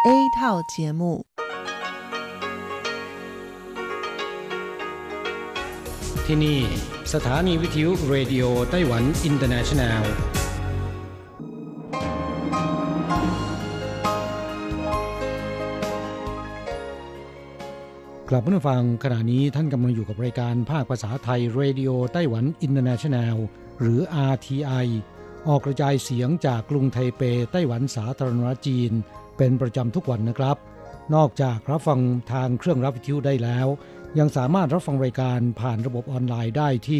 A 套节目。 ที่นี่สถานีวิทยุเรดิโอไต้หวันอินเตอร์เนชั่นแนลกลับมาฟังขณะนี้ท่านกำลังอยู่กับรายการภาคภาษาไทยเรดิโอไต้หวันอินเตอร์เนชั่นแนลหรือ RTI ออกกระจายเสียงจากกรุงไทเปไต้หวันสาธารณรัฐจีนเป็นประจำทุกวันนะครับนอกจากรับฟังทางเครื่องรับวิทยุได้แล้วยังสามารถรับฟังรายการผ่านระบบออนไลน์ได้ที่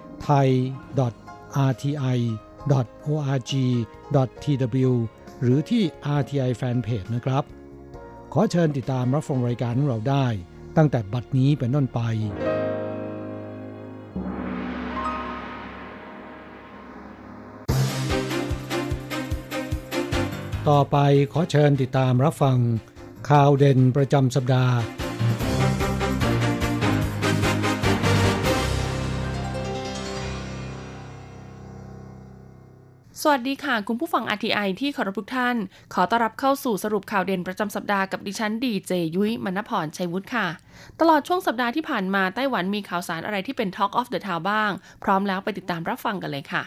thai.rti.org.tw หรือที่ RTI Fanpage นะครับขอเชิญติดตามรับฟังรายการของเราได้ตั้งแต่บัดนี้เป็นต้นไปต่อไปขอเชิญติดตามรับฟังข่าวเด่นประจำสัปดาห์สวัสดีค่ะคุณผู้ฟัง RTI ที่เคารพทุกท่านขอต้อนรับเข้าสู่สรุปข่าวเด่นประจำสัปดาห์กับดิฉันดีเจยุ้ยมณพรชัยวุฒิค่ะตลอดช่วงสัปดาห์ที่ผ่านมาไต้หวันมีข่าวสารอะไรที่เป็น Talk of the Town บ้างพร้อมแล้วไปติดตามรับฟังกันเลยค่ะ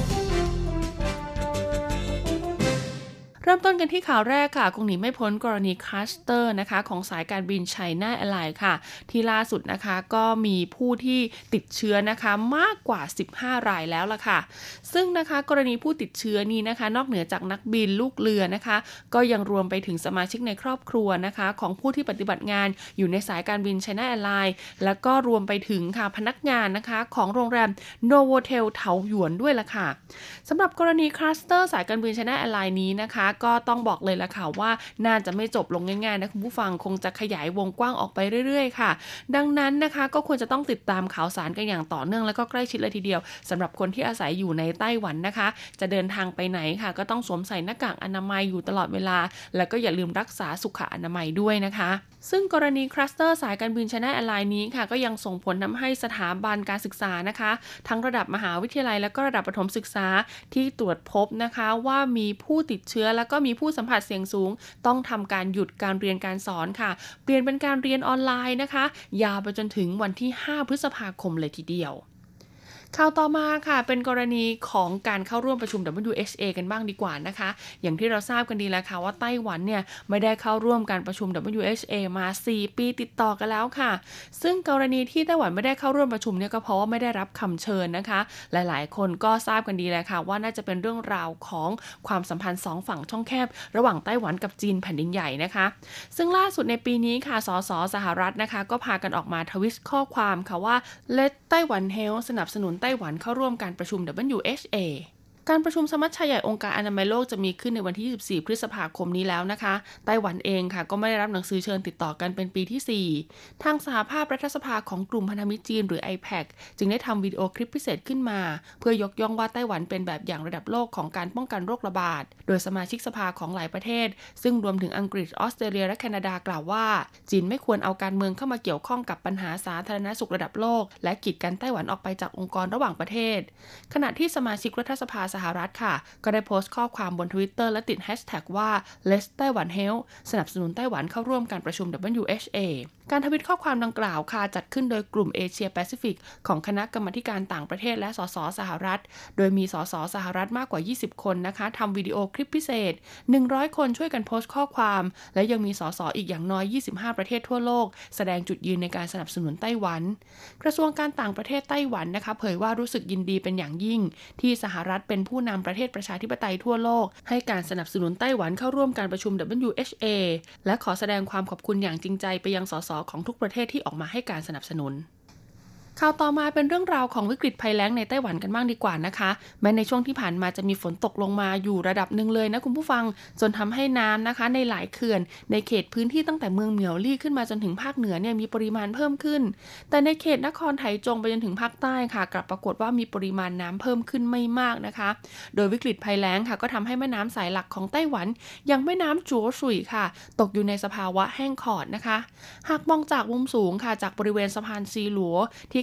เริ่มต้นกันที่ข่าวแรกค่ะคงหนีไม่พ้นกรณีคลัสเตอร์นะคะของสายการบิน China Airlines ค่ะที่ล่าสุดนะคะก็มีผู้ที่ติดเชื้อนะคะมากกว่า15รายแล้วล่ะค่ะซึ่งนะคะกรณีผู้ติดเชื้อนี้นะคะนอกเหนือจากนักบินลูกเรือนะคะก็ยังรวมไปถึงสมาชิกในครอบครัวนะคะของผู้ที่ปฏิบัติงานอยู่ในสายการบิน China Airlines แล้วก็รวมไปถึงค่ะพนักงานนะคะของโรงแรม Novotel เถาหยวนด้วยล่ะค่ะสำหรับกรณีคลัสเตอร์สายการบิน China Airlines นี้นะคะก็ต้องบอกเลยละค่ะว่าน่าจะไม่จบลงง่ายๆนะคุณผู้ฟังคงจะขยายวงกว้างออกไปเรื่อยๆค่ะดังนั้นนะคะก็ควรจะต้องติดตามข่าวสารกันอย่างต่อเนื่องและก็ใกล้ชิดเลยทีเดียวสำหรับคนที่อาศัยอยู่ในไต้หวันนะคะจะเดินทางไปไหนค่ะก็ต้องสวมใส่หน้ากากอนามัยอยู่ตลอดเวลาแล้วก็อย่าลืมรักษาสุขอนามัยด้วยนะคะซึ่งกรณีคลัสเตอร์สายการบิน China Airlines นี้ค่ะก็ยังส่งผลทำให้สถาบันการศึกษานะคะทั้งระดับมหาวิทยาลัยและก็ระดับประถมศึกษาที่ตรวจพบนะคะว่ามีผู้ติดเชื้อแล้วก็มีผู้สัมผัสเสี่ยงสูงต้องทำการหยุดการเรียนการสอนค่ะเปลี่ยนเป็นการเรียนออนไลน์นะคะยาวไปจนถึงวันที่5พฤษภาคมเลยทีเดียวข่าวต่อมาค่ะเป็นกรณีของการเข้าร่วมประชุม WHA กันบ้างดีกว่านะคะอย่างที่เราทราบกันดีแล้วค่ะว่าไต้หวันเนี่ยไม่ได้เข้าร่วมการประชุม WHA มา4ปีติดต่อกันแล้วค่ะซึ่งกรณีที่ไต้หวันไม่ได้เข้าร่วมประชุมเนี่ยก็เพราะว่าไม่ได้รับคำเชิญนะคะหลายๆคนก็ทราบกันดีแล้วค่ะว่าน่าจะเป็นเรื่องราวของความสัมพันธ์2ฝั่งช่องแคบระหว่างไต้หวันกับจีนแผ่นดินใหญ่นะคะซึ่งล่าสุดในปีนี้ค่ะสสสหรัฐนะคะก็พากันออกมาทวิตข้อความค่ะว่า Let Taiwan Health สนับสนุนไต้หวันเข้าร่วมการประชุม WHA การประชุมสมัชชาใหญ่องค์การอนามัยโลกจะมีขึ้นในวันที่24พฤษภาคมนี้แล้วนะคะไต้หวันเองค่ะก็ไม่ได้รับหนังสือเชิญติดต่อกันเป็นปีที่4ทางสหภาพรัฐสภาของกลุ่มพันธมิตรจีนหรือ IPAC จึงได้ทำวิดีโอคลิปพิเศษขึ้นมาเพื่อยกย่องว่าไต้หวันเป็นแบบอย่างระดับโลกของการป้องกันโรคระบาดโดยสมาชิกสภาของหลายประเทศซึ่งรวมถึงอังกฤษออสเตรเลียและแคนาดากล่าวว่าจีนไม่ควรเอาการเมืองเข้ามาเกี่ยวข้องกับปัญหาสาธารณสุขระดับโลกและกีดกันไต้หวันออกไปจากองค์กรระหว่างประเทศขณะที่สมาชิกรัฐสภาสหรัฐค่ะก็ได้โพสต์ข้อความบน Twitter และติดแฮชแท็กว่า Let Taiwan Health สนับสนุนไต้หวันเข้าร่วมการประชุม WHA การทวิตข้อความดังกล่าวค่ะจัดขึ้นโดยกลุ่มเอเชียแปซิฟิกของคณะกรรมาการต่างประเทศและสสสหรัฐโดยมีสสสหรัฐมากกว่า20คนนะคะทำวิดีโอคลิปพิเศษ100คนช่วยกันโพสต์ข้อความและยังมีสสอีกอย่างน้อย25ประเทศทั่วโลกแสดงจุดยืนในการสนับสนุนไต้หวันกระทรวงการต่างประเทศไต้หวันนะคะเผยว่ารู้สึกยินดีเป็นอย่างยิ่งที่สหรัฐเป็นผู้นำประเทศประชาธิปไตยทั่วโลกให้การสนับสนุนไต้หวันเข้าร่วมการประชุม WHA และขอแสดงความขอบคุณอย่างจริงใจไปยังสสของทุกประเทศที่ออกมาให้การสนับสนุนข่าวต่อมาเป็นเรื่องราวของวิกฤตภัยแล้งในไต้หวันกันบ้างดีกว่านะคะแม้ในช่วงที่ผ่านมาจะมีฝนตกลงมาอยู่ระดับหนึ่งเลยนะคุณผู้ฟังจนทำให้น้ำนะคะในหลายเขื่อนในเขตพื้นที่ตั้งแต่เมืองเหมียวลี่ขึ้นมาจนถึงภาคเหนือเนี่ยมีปริมาณเพิ่มขึ้นแต่ในเขตนครไถจงไปจนถึงภาคใต้ค่ะกลับปรากฏว่ามีปริมาณน้ำเพิ่มขึ้นไม่มากนะคะโดยวิกฤตภัยแล้งค่ะก็ทำให้แม่น้ำสายหลักของไต้หวันอย่างแม่น้ำจั๋วสุยค่ะตกอยู่ในสภาวะแห้งขอดนะคะหากมองจากมุมสูงค่ะจากบริเวณสะพานซีหลัวที่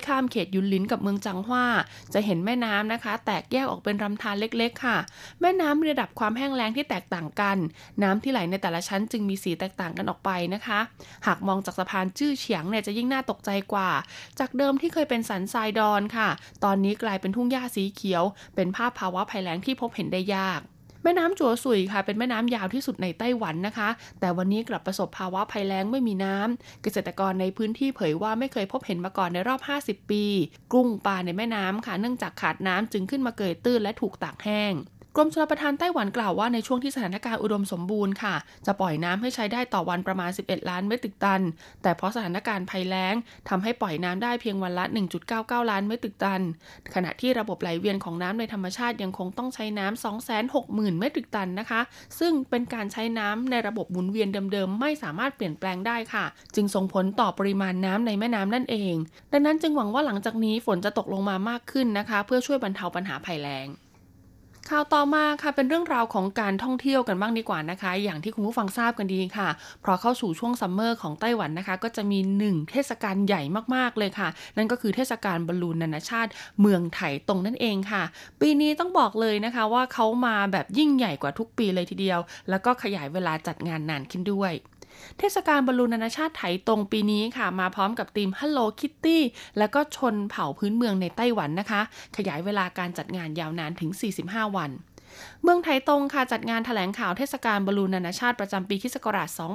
ข้ามเขตยุนหลินกับเมืองจางฮวาจะเห็นแม่น้ำนะคะแตกแยกออกเป็นลำธารเล็กๆค่ะแม่น้ำมีระดับความแห้งแล้งที่แตกต่างกันน้ำที่ไหลในแต่ละชั้นจึงมีสีแตกต่างกันออกไปนะคะหากมองจากสะพานจื้อเฉียงเนี่ยจะยิ่งน่าตกใจกว่าจากเดิมที่เคยเป็นสันทรายดอนค่ะตอนนี้กลายเป็นทุ่งหญ้าสีเขียวเป็นภาวะภัยแล้งที่พบเห็นได้ยากแม่น้ำจั่วซุยค่ะเป็นแม่น้ำยาวที่สุดในไต้หวันนะคะแต่วันนี้กลับประสบภาวะภัยแล้งไม่มีน้ำเกษตรกรในพื้นที่เผยว่าไม่เคยพบเห็นมาก่อนในรอบ50ปีกุ้งปลาในแม่น้ำค่ะเนื่องจากขาดน้ำจึงขึ้นมาเกยตื้นและถูกตากแห้งกรมชลประทานไต้หวันกล่าวว่าในช่วงที่สถานการณ์อุดมสมบูรณ์ค่ะจะปล่อยน้ำให้ใช้ได้ต่อวันประมาณ11ล้านเมตริกตันแต่เพราะสถานการณ์ภัยแล้งทำให้ปล่อยน้ำได้เพียงวันละ 1.99 ล้านเมตริกตันขณะที่ระบบไหลเวียนของน้ำในธรรมชาติยังคงต้องใช้น้ำ 260,000 เมตริกตันนะคะซึ่งเป็นการใช้น้ำในระบบหมุนเวียนเดิมๆไม่สามารถเปลี่ยนแปลงได้ค่ะจึงส่งผลต่อปริมาณน้ำในแม่น้ำนั่นเองดังนั้นจึงหวังว่าหลังจากนี้ฝนจะตกลงมามากขึ้นนะคะเพื่อช่วยบรรเทาปัญหาภัยแล้งข่าวต่อมาค่ะเป็นเรื่องราวของการท่องเที่ยวกันบ้างดีกว่านะคะอย่างที่คุณผู้ฟังทราบกันดีค่ะเพราะเข้าสู่ช่วงซัมเมอร์ของไต้หวันนะคะก็จะมี1เทศกาลใหญ่มากๆเลยค่ะนั่นก็คือเทศกาลบอลลูนนานาชาติเมืองไถตงนั่นเองค่ะปีนี้ต้องบอกเลยนะคะว่าเขามาแบบยิ่งใหญ่กว่าทุกปีเลยทีเดียวแล้วก็ขยายเวลาจัดงานนานขึ้นด้วยเทศกาลบอลลูนนานาชาติไถตงปีนี้ค่ะมาพร้อมกับธีม Hello Kitty และก็ชนเผ่าพื้นเมืองในไต้หวันนะคะขยายเวลาการจัดงานยาวนานถึง45วันเมืองไถตงค่ะจัดงานแถลงข่าวเทศกาลบอลลูนนานาชาติประจำปีค.ศ.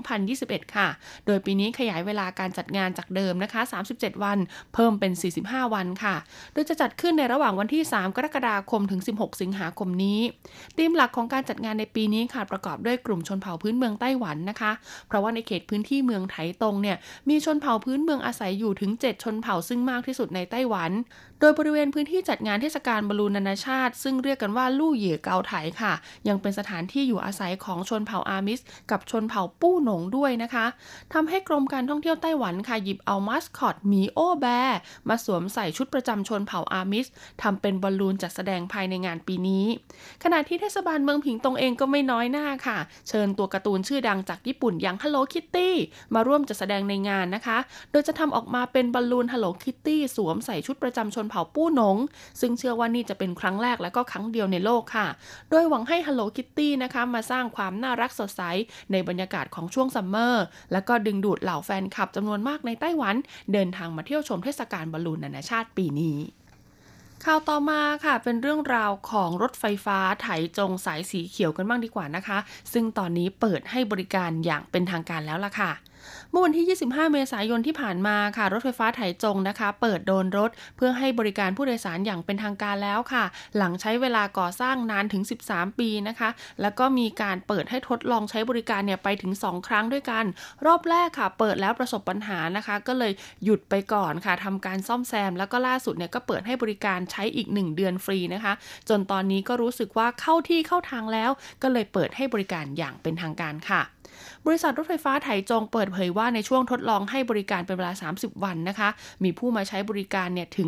2021ค่ะโดยปีนี้ขยายเวลาการจัดงานจากเดิมนะคะ37วันเพิ่มเป็น45วันค่ะโดยจะจัดขึ้นในระหว่างวันที่3กรกฎาคมถึง16สิงหาคมนี้ธีมหลักของการจัดงานในปีนี้ค่ะประกอบด้วยกลุ่มชนเผ่าพื้นเมืองไต้หวันนะคะเพราะว่าในเขตพื้นที่เมืองไถตงเนี่ยมีชนเผ่าพื้นเมืองอาศัยอยู่ถึง7ชนเผ่าซึ่งมากที่สุดในไต้หวันโดยบริเวณพื้นที่จัดงานเทศกาลบอลลูนนานาชาติซึ่งเรียกกันว่าลู่เหย่เกาไถค่ะยังเป็นสถานที่อยู่อาศัยของชนเผ่าอามิสกับชนเผ่าปู้หนงด้วยนะคะทำให้กรมการท่องเที่ยวไต้หวันค่ะหยิบเอามาสคอตหมีโอแบร์มาสวมใส่ชุดประจำชนเผ่าอามิสทำเป็นบอลลูนจัดแสดงภายในงานปีนี้ขณะที่เทศบาลเมืองผิงตงเองก็ไม่น้อยหน้าค่ะเชิญตัวการ์ตูนชื่อดังจากญี่ปุ่นอย่าง Hello Kitty มาร่วมจัดแสดงในงานนะคะโดยจะทำออกมาเป็นบอลลูน Hello Kitty สวมใส่ชุดประจำชนเผ่าปู้หนงซึ่งเชื่อว่านี่จะเป็นครั้งแรกและก็ครั้งเดียวในโลกค่ะโดยหวังให้ Hello Kitty นะคะมาสร้างความน่ารักสดใสในบรรยากาศของช่วงซัมเมอร์และก็ดึงดูดเหล่าแฟนคลับจำนวนมากในไต้หวันเดินทางมาเที่ยวชมเทศกาลบอลลูนนานาชาติปีนี้ข่าวต่อมาค่ะเป็นเรื่องราวของรถไฟฟ้าไถจงสายสีเขียวกันบ้างดีกว่านะคะซึ่งตอนนี้เปิดให้บริการอย่างเป็นทางการแล้วล่ะค่ะเมื่อวันที่25เมษายนที่ผ่านมาค่ะรถไฟฟ้าไถจงนะคะเปิดโดนรถเพื่อให้บริการผู้โดยสารอย่างเป็นทางการแล้วค่ะหลังใช้เวลาก่อสร้างนานถึง13ปีนะคะแล้วก็มีการเปิดให้ทดลองใช้บริการเนี่ยไปถึง2ครั้งด้วยกันรอบแรกค่ะเปิดแล้วประสบปัญหานะคะก็เลยหยุดไปก่อนค่ะทำการซ่อมแซมแล้วก็ล่าสุดเนี่ยก็เปิดให้บริการใช้อีก1เดือนฟรีนะคะจนตอนนี้ก็รู้สึกว่าเข้าที่เข้าทางแล้วก็เลยเปิดให้บริการอย่างเป็นทางการค่ะบริษัทรถไฟฟ้าไถจงเปิดเผยว่าในช่วงทดลองให้บริการเป็นเวลา30วันนะคะมีผู้มาใช้บริการเนี่ยถึง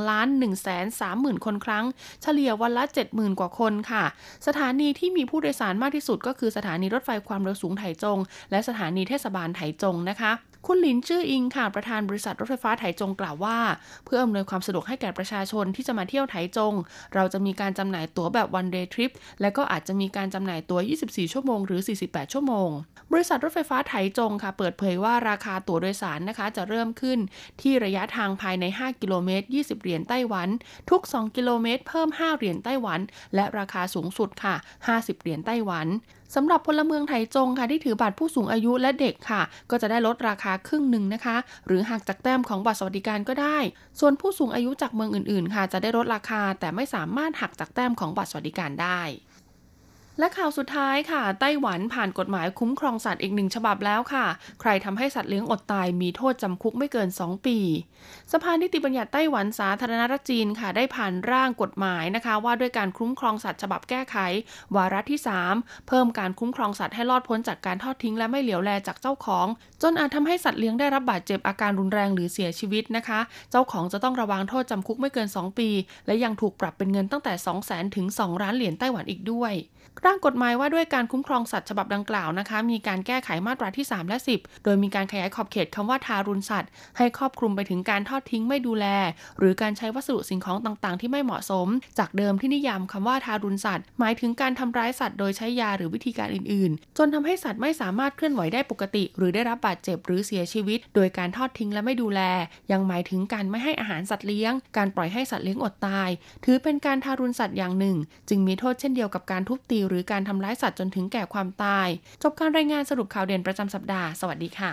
2,130,000 คนครั้งเฉลี่ยวันละ 70,000 กว่าคนค่ะสถานีที่มีผู้โดยสารมากที่สุดก็คือสถานีรถไฟความเร็วสูงไถจงและสถานีเทศบาลไถจงนะคะคุณหลินจื้ออิงค่ะประธานบริษัทรถไฟฟ้าไถจงกล่าวว่าเพื่ออำนวยความสะดวกให้แก่ประชาชนที่จะมาเที่ยวไถจงเราจะมีการจำหน่ายตั๋วแบบ one day trip และก็อาจจะมีการจำหน่ายตั๋ว24ชั่วโมงหรือ48ชั่วโมงบริษัทรถไฟฟ้าไถจงค่ะเปิดเผยว่าราคาตั๋วโดยสารนะคะจะเริ่มขึ้นที่ระยะทางภายใน5กิโลเมตร20เหรียญไต้หวันทุก2กิโลเมตรเพิ่ม5เหรียญไต้หวันและราคาสูงสุดค่ะ50เหรียญไต้หวันสำหรับพลเมืองไถจงค่ะที่ถือบัตรผู้สูงอายุและเด็กค่ะก็จะได้ลดราคาครึ่งหนึ่งนะคะหรือหักจากแต้มของบัตรสวัสดิการก็ได้ส่วนผู้สูงอายุจากเมืองอื่นๆค่ะจะได้ลดราคาแต่ไม่สามารถหักจากแต้มของบัตรสวัสดิการได้และข่าวสุดท้ายค่ะไต้หวันผ่านกฎหมายคุ้มครองสัตว์อีก1ฉบับแล้วค่ะใครทำให้สัตว์เลี้ยงอดตายมีโทษจำคุกไม่เกิน2ปีสภานิติบัญญัติไต้หวันสาธารณรัฐจีนค่ะได้ผ่านร่างกฎหมายนะคะว่าด้วยการคุ้มครองสัตว์ฉบับแก้ไขวาระที่3เพิ่มการคุ้มครองสัตว์ให้รอดพ้นจากการทอดทิ้งและไม่เหลียวแลจากเจ้าของจนอาจทำให้สัตว์เลี้ยงได้รับบาดเจ็บอาการรุนแรงหรือเสียชีวิตนะคะเจ้าของจะต้องระวางโทษจำคุกไม่เกิน2ปีและยังถูกปรับเป็นเงินตั้งแต่ 200,000 ถึง 2 ล้านเหรียญไต้หวันอีกด้วยร่างกฎหมายว่าด้วยการคุ้มครองสัตว์ฉบับดังกล่าวนะคะมีการแก้ไขมาตราที่3และ10โดยมีการขยายขอบเขตคำว่าทารุณสัตว์ให้ครอบคลุมไปถึงการทอดทิ้งไม่ดูแลหรือการใช้วัสดุสิ่งของต่างๆที่ไม่เหมาะสมจากเดิมที่นิยามคำว่าทารุณสัตว์หมายถึงการทำร้ายสัตว์โดยใช้ยาหรือวิธีการอื่นๆจนทำให้สัตว์ไม่สามารถเคลื่อนไหวได้ปกติหรือได้รับบาดเจ็บหรือเสียชีวิตโดยการทอดทิ้งและไม่ดูแลยังหมายถึงการไม่ให้อาหารสัตว์เลี้ยงการปล่อยให้สัตว์เลี้ยงอดตายถือเป็นการทารุณสัตว์อย่างหนึ่งจึงมีโทษเช่นเดียวกับการทุบตีหรือการทำร้ายสัตว์จนถึงแก่ความตายจบการรายงานสรุปข่าวเด่นประจำสัปดาห์สวัสดีค่ะ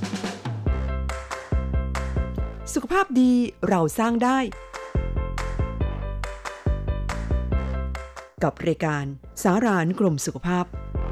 สุขภาพดีเราสร้างได้กับรายการสารานกรมสุขภาพ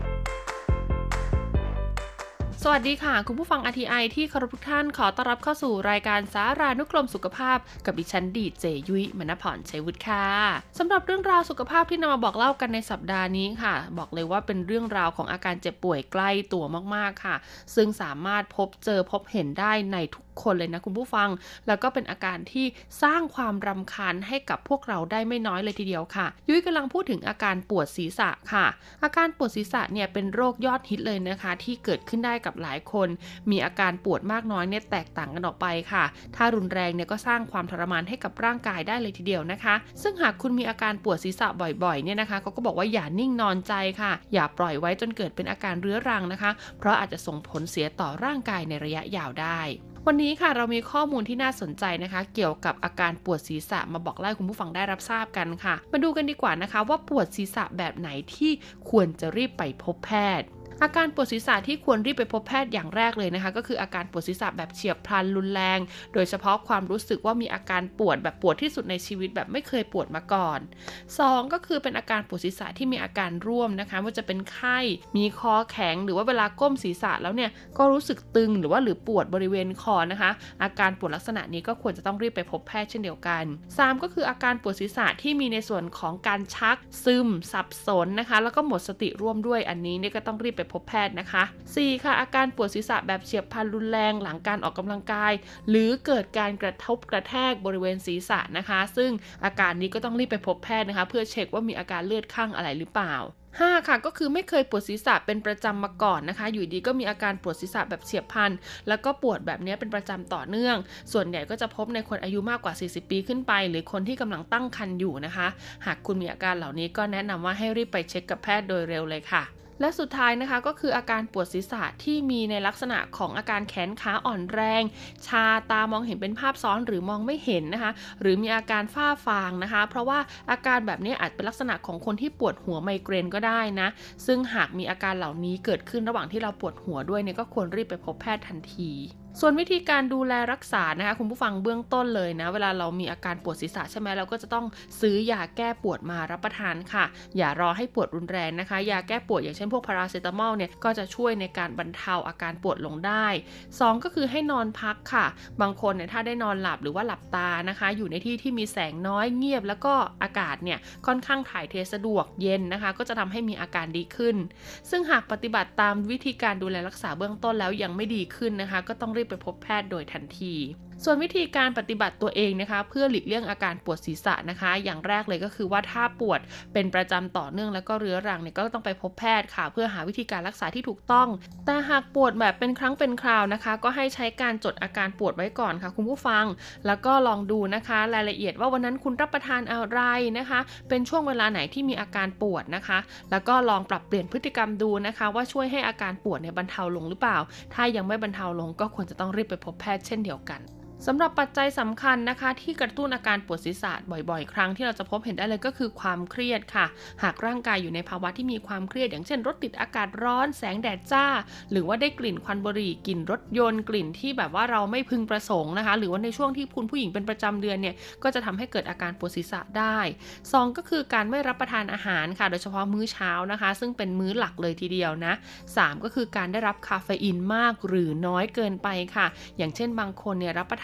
สวัสดีค่ะคุณผู้ฟัง RTI ที่เคารพทุกท่านขอต้อนรับเข้าสู่รายการสารานุกรมสุขภาพกับดิฉันดีเจยุ้ยมณพรชัยวุฒิค่ะสำหรับเรื่องราวสุขภาพที่นำมาบอกเล่ากันในสัปดาห์นี้ค่ะบอกเลยว่าเป็นเรื่องราวของอาการเจ็บป่วยใกล้ตัวมากๆค่ะซึ่งสามารถพบเห็นได้ในทุกคนเลยนะคุณผู้ฟังแล้วก็เป็นอาการที่สร้างความรำคาญให้กับพวกเราได้ไม่น้อยเลยทีเดียวค่ะยุ้ยกำลังพูดถึงอาการปวดศีรษะค่ะอาการปวดศีรษะเนี่ยเป็นโรคยอดฮิตเลยนะคะที่เกิดขึ้นได้กับหลายคนมีอาการปวดมากน้อยเนี่ยแตกต่างกันออกไปค่ะถ้ารุนแรงเนี่ยก็สร้างความทรมานให้กับร่างกายได้เลยทีเดียวนะคะซึ่งหากคุณมีอาการปวดศีรษะบ่อยๆเนี่ยนะคะเขาก็บอกว่าอย่านิ่งนอนใจค่ะอย่าปล่อยไว้จนเกิดเป็นอาการเรื้อรังนะคะเพราะอาจจะส่งผลเสียต่อร่างกายในระยะยาวได้วันนี้ค่ะเรามีข้อมูลที่น่าสนใจนะคะเกี่ยวกับอาการปวดศีรษะมาบอกเล่าให้คุณผู้ฟังได้รับทราบกันค่ะมาดูกันดีกว่านะคะว่าปวดศีรษะแบบไหนที่ควรจะรีบไปพบแพทย์อาการปวดศีรษะที่ควรรีบไปพบแพทย์อย่างแรกเลยนะคะก็คืออาการปวดศีรษะแบบเฉียบพลันรุนแรงโดยเฉพาะความรู้สึกว่ามีอาการปวดแบบปวดที่สุดในชีวิตแบบไม่เคยปวดมาก่อน2ก็คือเป็นอาการปวดศีรษะที่มีอาการร่วมนะคะว่าจะเป็นไข้มีคอแข็งหรือว่าเวลาก้มศีรษะแล้วเนี่ยก็รู้สึกตึงหรือปวดบริเวณคอนะคะอาการปวดลักษณะนี้ก็ควรจะต้องรีบไปพบแพทย์เช่นเดียวกัน3ก็คืออาการปวดศีรษะที่มีในส่วนของการชักซึมสับสนนะคะแล้วก็หมดสติร่วมด้วยอันนี้เนี่ยก็ต้องรีบไปพบแพทย์นะคะ4ค่ะอาการปวดศีรษะแบบเฉียบพลันรุนแรงหลังการออกกำลังกายหรือเกิดการกระทบกระแทกบริเวณศีรษะนะคะซึ่งอาการนี้ก็ต้องรีบไปพบแพทย์นะคะเพื่อเช็คว่ามีอาการเลือดคั่งอะไรหรือเปล่า5ค่ะก็คือไม่เคยปวดศีรษะเป็นประจำมาก่อนนะคะอยู่ดีก็มีอาการปวดศีรษะแบบเฉียบพลันแล้วก็ปวดแบบนี้เป็นประจำต่อเนื่องส่วนใหญ่ก็จะพบในคนอายุมากกว่า40ปีขึ้นไปหรือคนที่กำลังตั้งครรภ์อยู่นะคะหากคุณมีอาการเหล่านี้ก็แนะนำว่าให้รีบไปเช็คกับแพทย์โดยเร็วเลยค่ะและสุดท้ายนะคะก็คืออาการปวดศีรษะที่มีในลักษณะของอาการแขนขาอ่อนแรงชาตามองเห็นเป็นภาพซ้อนหรือมองไม่เห็นนะคะหรือมีอาการฝ้าฟางนะคะเพราะว่าอาการแบบนี้อาจเป็นลักษณะของคนที่ปวดหัวไมเกรนก็ได้นะซึ่งหากมีอาการเหล่านี้เกิดขึ้นระหว่างที่เราปวดหัวด้วยเนี่ยก็ควรรีบไปพบแพทย์ทันทีส่วนวิธีการดูแลรักษานะคะคุณผู้ฟังเบื้องต้นเลยนะเวลาเรามีอาการปวดศีรษะใช่ไหมเราก็จะต้องซื้อยาแก้ปวดมารับประทานค่ะอย่ารอให้ปวดรุนแรงนะคะยาแก้ปวดอย่างเช่นพวกพาราเซตามอลเนี่ยก็จะช่วยในการบรรเทาอาการปวดลงได้2ก็คือให้นอนพักค่ะบางคนเนี่ยถ้าได้นอนหลับหรือว่าหลับตานะคะอยู่ในที่ที่มีแสงน้อยเงียบแล้วก็อากาศเนี่ยค่อนข้างถ่ายเทสะดวกเย็นนะคะก็จะทำให้มีอาการดีขึ้นซึ่งหากปฏิบัติตามวิธีการดูแลรักษาเบื้องต้นแล้วยังไม่ดีขึ้นนะคะก็ต้องรีบไปพบแพทย์โดยทันทีส่วนวิธีการปฏิบัติตัวเองนะคะเพื่อหลีกเลี่ยงอาการปวดศีรษะนะคะอย่างแรกเลยก็คือว่าถ้าปวดเป็นประจำต่อเนื่องแล้วก็เรื้อรังเนี่ยก็ต้องไปพบแพทย์ค่ะเพื่อหาวิธีการรักษาที่ถูกต้องแต่หากปวดแบบเป็นครั้งเป็นคราวนะคะก็ให้ใช้การจดอาการปวดไว้ก่อนค่ะคุณผู้ฟังแล้วก็ลองดูนะคะรายละเอียดว่าวันนั้นคุณรับประทานอะไรนะคะเป็นช่วงเวลาไหนที่มีอาการปวดนะคะแล้วก็ลองปรับเปลี่ยนพฤติกรรมดูนะคะว่าช่วยให้อาการปวดเนี่ยบรรเทาลงหรือเปล่าถ้ายังไม่บรรเทาลงก็ควรจะต้องรีบไปพบแพทย์เช่นเดียวกันสำหรับปัจจัยสำคัญนะคะที่กระตุ้นอาการปวดศีรษะบ่อยๆครั้งที่เราจะพบเห็นได้เลยก็คือความเครียดค่ะหากร่างกายอยู่ในภาวะที่มีความเครียดอย่างเช่นรถติดอากาศร้อนแสงแดดจ้าหรือว่าได้กลิ่นควันบุหรี่กลิ่นรถยนต์กลิ่นที่แบบว่าเราไม่พึงประสงค์นะคะหรือว่าในช่วงที่คุณผู้หญิงเป็นประจำเดือนเนี่ยก็จะทำให้เกิดอาการปวดศีรษะได้2ก็คือการไม่รับประทานอาหารค่ะโดยเฉพาะมื้อเช้านะคะซึ่งเป็นมื้อหลักเลยทีเดียวนะ3ก็คือการได้รับคาเฟอีนมากหรือน้อยเกินไปค่ะอย่างเช่นบางคนเนี่ยรับประท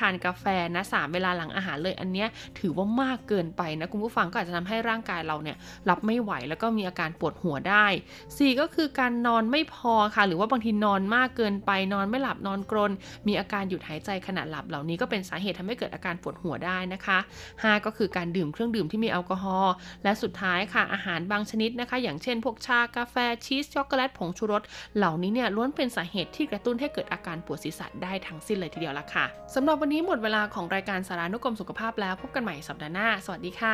ทานกาแฟนะ3เวลาหลังอาหารเลยอันเนี้ยถือว่ามากเกินไปนะคุณผู้ฟังก็อาจจะทำให้ร่างกายเราเนี่ยรับไม่ไหวแล้วก็มีอาการปวดหัวได้4ก็คือการนอนไม่พอค่ะหรือว่าบางทีนอนมากเกินไปนอนไม่หลับนอนกรนมีอาการหยุดหายใจขณะหลับเหล่านี้ก็เป็นสาเหตุทำให้เกิดอาการปวดหัวได้นะคะ5ก็คือการดื่มเครื่องดื่มที่มีแอลกอฮอล์และสุดท้ายค่ะอาหารบางชนิดนะคะอย่างเช่นพวกชากาแฟชีสช็อกโกแลตผงชูรสเหล่านี้เนี่ยล้วนเป็นสาเหตุที่กระตุ้นให้เกิดอาการปวดศีรษะได้ทั้งสิ้นเลยทีเดียวละค่ะสำหรับวันนี้หมดเวลาของรายการสารานุกรมสุขภาพแล้วพบกันใหม่สัปดาห์หน้าสวัสดีค่ะ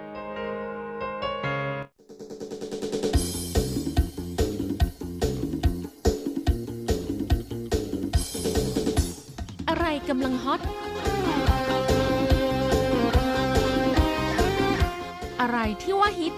อะไรกำลังฮอตอะไรที่ว่าฮิต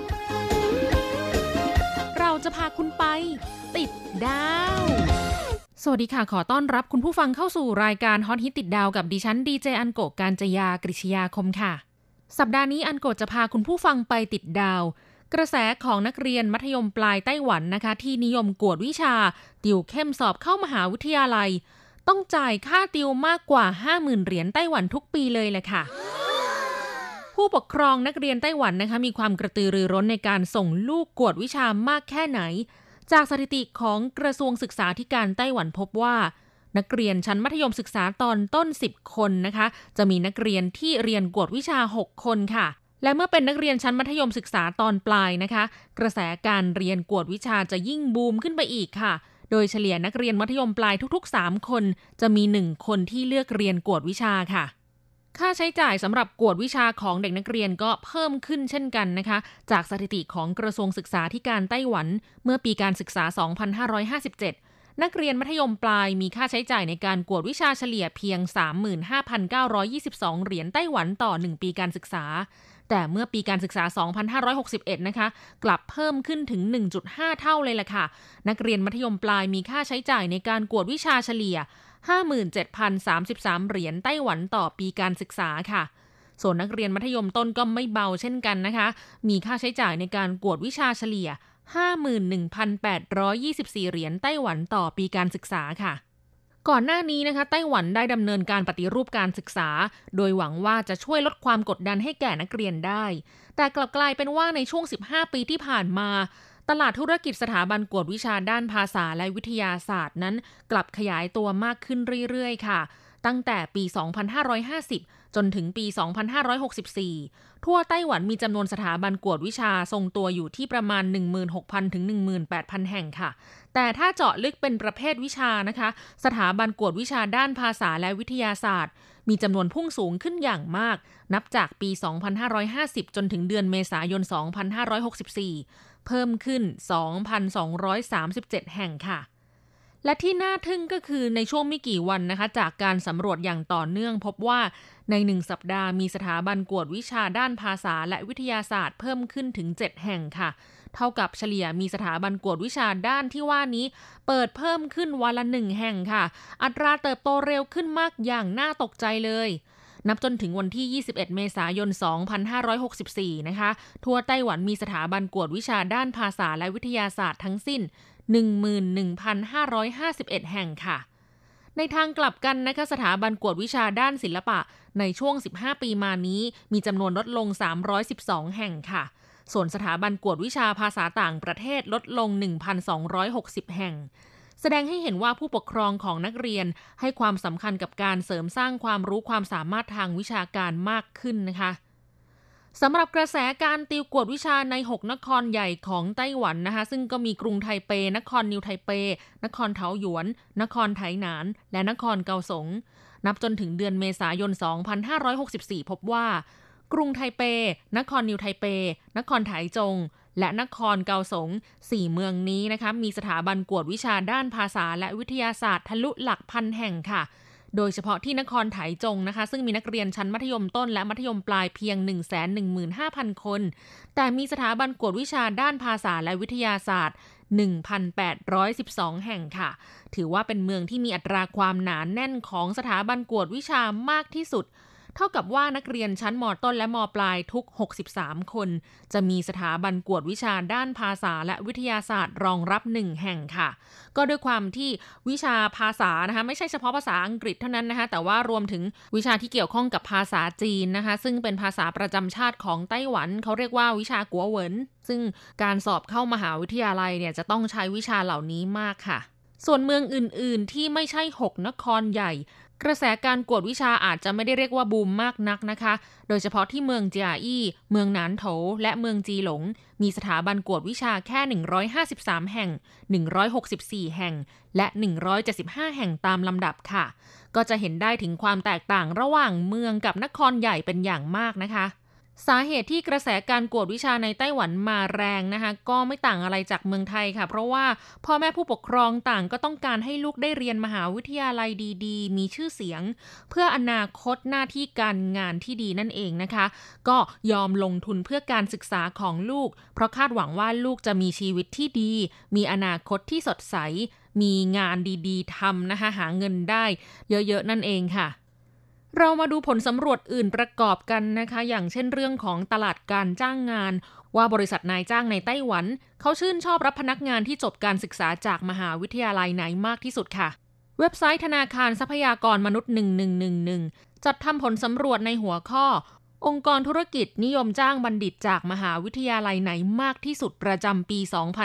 เราจะพาคุณไปติดดาวสวัสดีค่ะขอต้อนรับคุณผู้ฟังเข้าสู่รายการฮอตฮิตติดดาวกับดิฉันดีเจอันโกะกาญจยากฤษยาคมค่ะสัปดาห์นี้อันโกะจะพาคุณผู้ฟังไปติดดาวกระแสของนักเรียนมัธยมปลายไต้หวันนะคะที่นิยมกวดวิชาติวเข้มสอบเข้ามหาวิทยาลัยต้องจ่ายค่าติวมากกว่า 50,000 เหรียญไต้หวันทุกปีเลยแหละค่ะผู้ปกครองนักเรียนไต้หวันนะคะมีความกระตือรือร้นในการส่งลูกกวดวิชามากแค่ไหนจากสถิติของกระทรวงศึกษาธิการไต้หวันพบว่านักเรียนชั้นมัธยมศึกษาตอนต้น10คนนะคะจะมีนักเรียนที่เรียนกวดวิชา6คนค่ะและเมื่อเป็นนักเรียนชั้นมัธยมศึกษาตอนปลายนะคะกระแสการเรียนกวดวิชาจะยิ่งบูมขึ้นไปอีกค่ะโดยเฉลี่ยนักเรียนมัธยมปลายทุกๆ3คนจะมี1คนที่เลือกเรียนกวดวิชาค่ะค่าใช้จ่ายสำหรับกวดวิชาของเด็กนักเรียนก็เพิ่มขึ้นเช่นกันนะคะจากสถิติของกระทรวงศึกษาธิการไต้หวันเมื่อปีการศึกษา 2557 นักเรียนมัธยมปลายมีค่าใช้จ่ายในการกวดวิชาเฉลี่ยเพียง 35,922 เหรียญไต้หวันต่อ1ปีการศึกษาแต่เมื่อปีการศึกษา 2561 นะคะกลับเพิ่มขึ้นถึง 1.5 เท่าเลยล่ะค่ะนักเรียนมัธยมปลายมีค่าใช้จ่ายในการกวดวิชาเฉลี่ย 57,033 เหรียญไต้หวันต่อปีการศึกษาค่ะส่วนนักเรียนมัธยมต้นก็ไม่เบาเช่นกันนะคะมีค่าใช้จ่ายในการกวดวิชาเฉลี่ย 51,824 เหรียญไต้หวันต่อปีการศึกษาค่ะก่อนหน้านี้นะคะไต้หวันได้ดำเนินการปฏิรูปการศึกษาโดยหวังว่าจะช่วยลดความกดดันให้แก่นักเรียนได้แต่กลับกลายเป็นว่าในช่วง15ปีที่ผ่านมาตลาดธุรกิจสถาบันกวดวิชาด้านภาษาและวิทยาศาสตร์นั้นกลับขยายตัวมากขึ้นเรื่อยๆค่ะตั้งแต่ปี 2550 จนถึงปี 2564 ทั่วไต้หวันมีจำนวนสถาบันกวดวิชาทรงตัวอยู่ที่ประมาณ 16,000 ถึง 18,000 แห่งค่ะแต่ถ้าเจาะลึกเป็นประเภทวิชานะคะสถาบันกวดวิชาด้านภาษาและวิทยาศาสตร์มีจำนวนพุ่งสูงขึ้นอย่างมากนับจากปี 2550 จนถึงเดือนเมษายน 2564 เพิ่มขึ้น 2,237 แห่งค่ะและที่น่าทึ่งก็คือในช่วงไม่กี่วันนะคะจากการสำรวจอย่างต่อเนื่องพบว่าใน1สัปดาห์มีสถาบันกวดวิชาด้านภาษาและวิทยาศาสตร์เพิ่มขึ้นถึง7แห่งค่ะเท่ากับเฉลี่ยมีสถาบันกวดวิชาด้านที่ว่านี้เปิดเพิ่มขึ้นวันละ1แห่งค่ะอัตราเติบโตเร็วขึ้นมากอย่างน่าตกใจเลยนับจนถึงวันที่ 21 เมษายน 2564 นะคะทั่วไต้หวันมีสถาบันกวดวิชาด้านภาษาและวิทยาศาสตร์ทั้งสิ้น 11,551 แห่งค่ะในทางกลับกันนะคะสถาบันกวดวิชาด้านศิลปะในช่วง15ปีมานี้มีจำนวนลดลง312แห่งค่ะส่วนสถาบันกวดวิชาภาษาต่างประเทศลดลง 1,260 แห่งแสดงให้เห็นว่าผู้ปกครองของนักเรียนให้ความสำคัญกับการเสริมสร้างความรู้ความสามารถทางวิชาการมากขึ้นนะคะสำหรับกระแสการติวกวดวิชาใน6นครใหญ่ของไต้หวันนะคะซึ่งก็มีกรุงไทเปนครนิวไทเปนครเทาหยวนนครไถหนานและนครเกาสงนับจนถึงเดือนเมษายน 2564 พบว่ากรุงไทเปนครนิวไทเปนครไถจงและนครเกาสง4เมืองนี้นะคะมีสถาบันกวดวิชาด้านภาษาและวิทยาศาสตร์ทะลุหลักพันแห่งค่ะโดยเฉพาะที่นครไถจงนะคะซึ่งมีนักเรียนชั้นมัธยมต้นและมัธยมปลายเพียง 115,000 คนแต่มีสถาบันกวดวิชาด้านภาษาและวิทยาศาสตร์ 1,812 แห่งค่ะถือว่าเป็นเมืองที่มีอัตราความหนาแน่นของสถาบันกวดวิชามากที่สุดเท่ากับว่านักเรียนชั้นม.ต้นและม.ปลายทุก63คนจะมีสถาบันกวดวิชาด้านภาษาและวิทยาศาสตร์รองรับ1แห่งค่ะก็ด้วยความที่วิชาภาษานะคะไม่ใช่เฉพาะภาษาอังกฤษเท่านั้นนะคะแต่ว่ารวมถึงวิชาที่เกี่ยวข้องกับภาษาจีนนะคะซึ่งเป็นภาษาประจำชาติของไต้หวันเขาเรียกว่าวิชากัวเหวินซึ่งการสอบเข้ามหาวิทยาลัยเนี่ยจะต้องใช้วิชาเหล่านี้มากค่ะส่วนเมืองอื่นๆที่ไม่ใช่6นครใหญ่กระแสการกวดวิชาอาจจะไม่ได้เรียกว่าบูมมากนักนะคะโดยเฉพาะที่เมืองเจียอี้เมืองหนานโถและเมืองจีหลงมีสถาบันกวดวิชาแค่153แห่ง164แห่งและ175แห่งตามลำดับค่ะก็จะเห็นได้ถึงความแตกต่างระหว่างเมืองกับนครใหญ่เป็นอย่างมากนะคะสาเหตุที่กระแสการกวดวิชาในไต้หวันมาแรงนะคะก็ไม่ต่างอะไรจากเมืองไทยค่ะเพราะว่าพ่อแม่ผู้ปกครองต่างก็ต้องการให้ลูกได้เรียนมหาวิทยาลัยดีๆมีชื่อเสียงเพื่ออนาคตหน้าที่การงานที่ดีนั่นเองนะคะก็ยอมลงทุนเพื่อการศึกษาของลูกเพราะคาดหวังว่าลูกจะมีชีวิตที่ดีมีอนาคตที่สดใสมีงานดีๆทำนะคะหาเงินได้เยอะๆนั่นเองค่ะเรามาดูผลสำรวจอื่นประกอบกันนะคะอย่างเช่นเรื่องของตลาดการจ้างงานว่าบริษัทนายจ้างในไต้หวันเขาชื่นชอบรับพนักงานที่จบการศึกษาจากมหาวิทยาลัยไหนมากที่สุดค่ะเว็บไซต์ธนาคารทรัพยากรมนุษย์1111จัดทำผลสำรวจในหัวข้อองค์กรธุรกิจนิยมจ้างบัณฑิตจากมหาวิทยาลัยไหนมากที่สุดประจำปี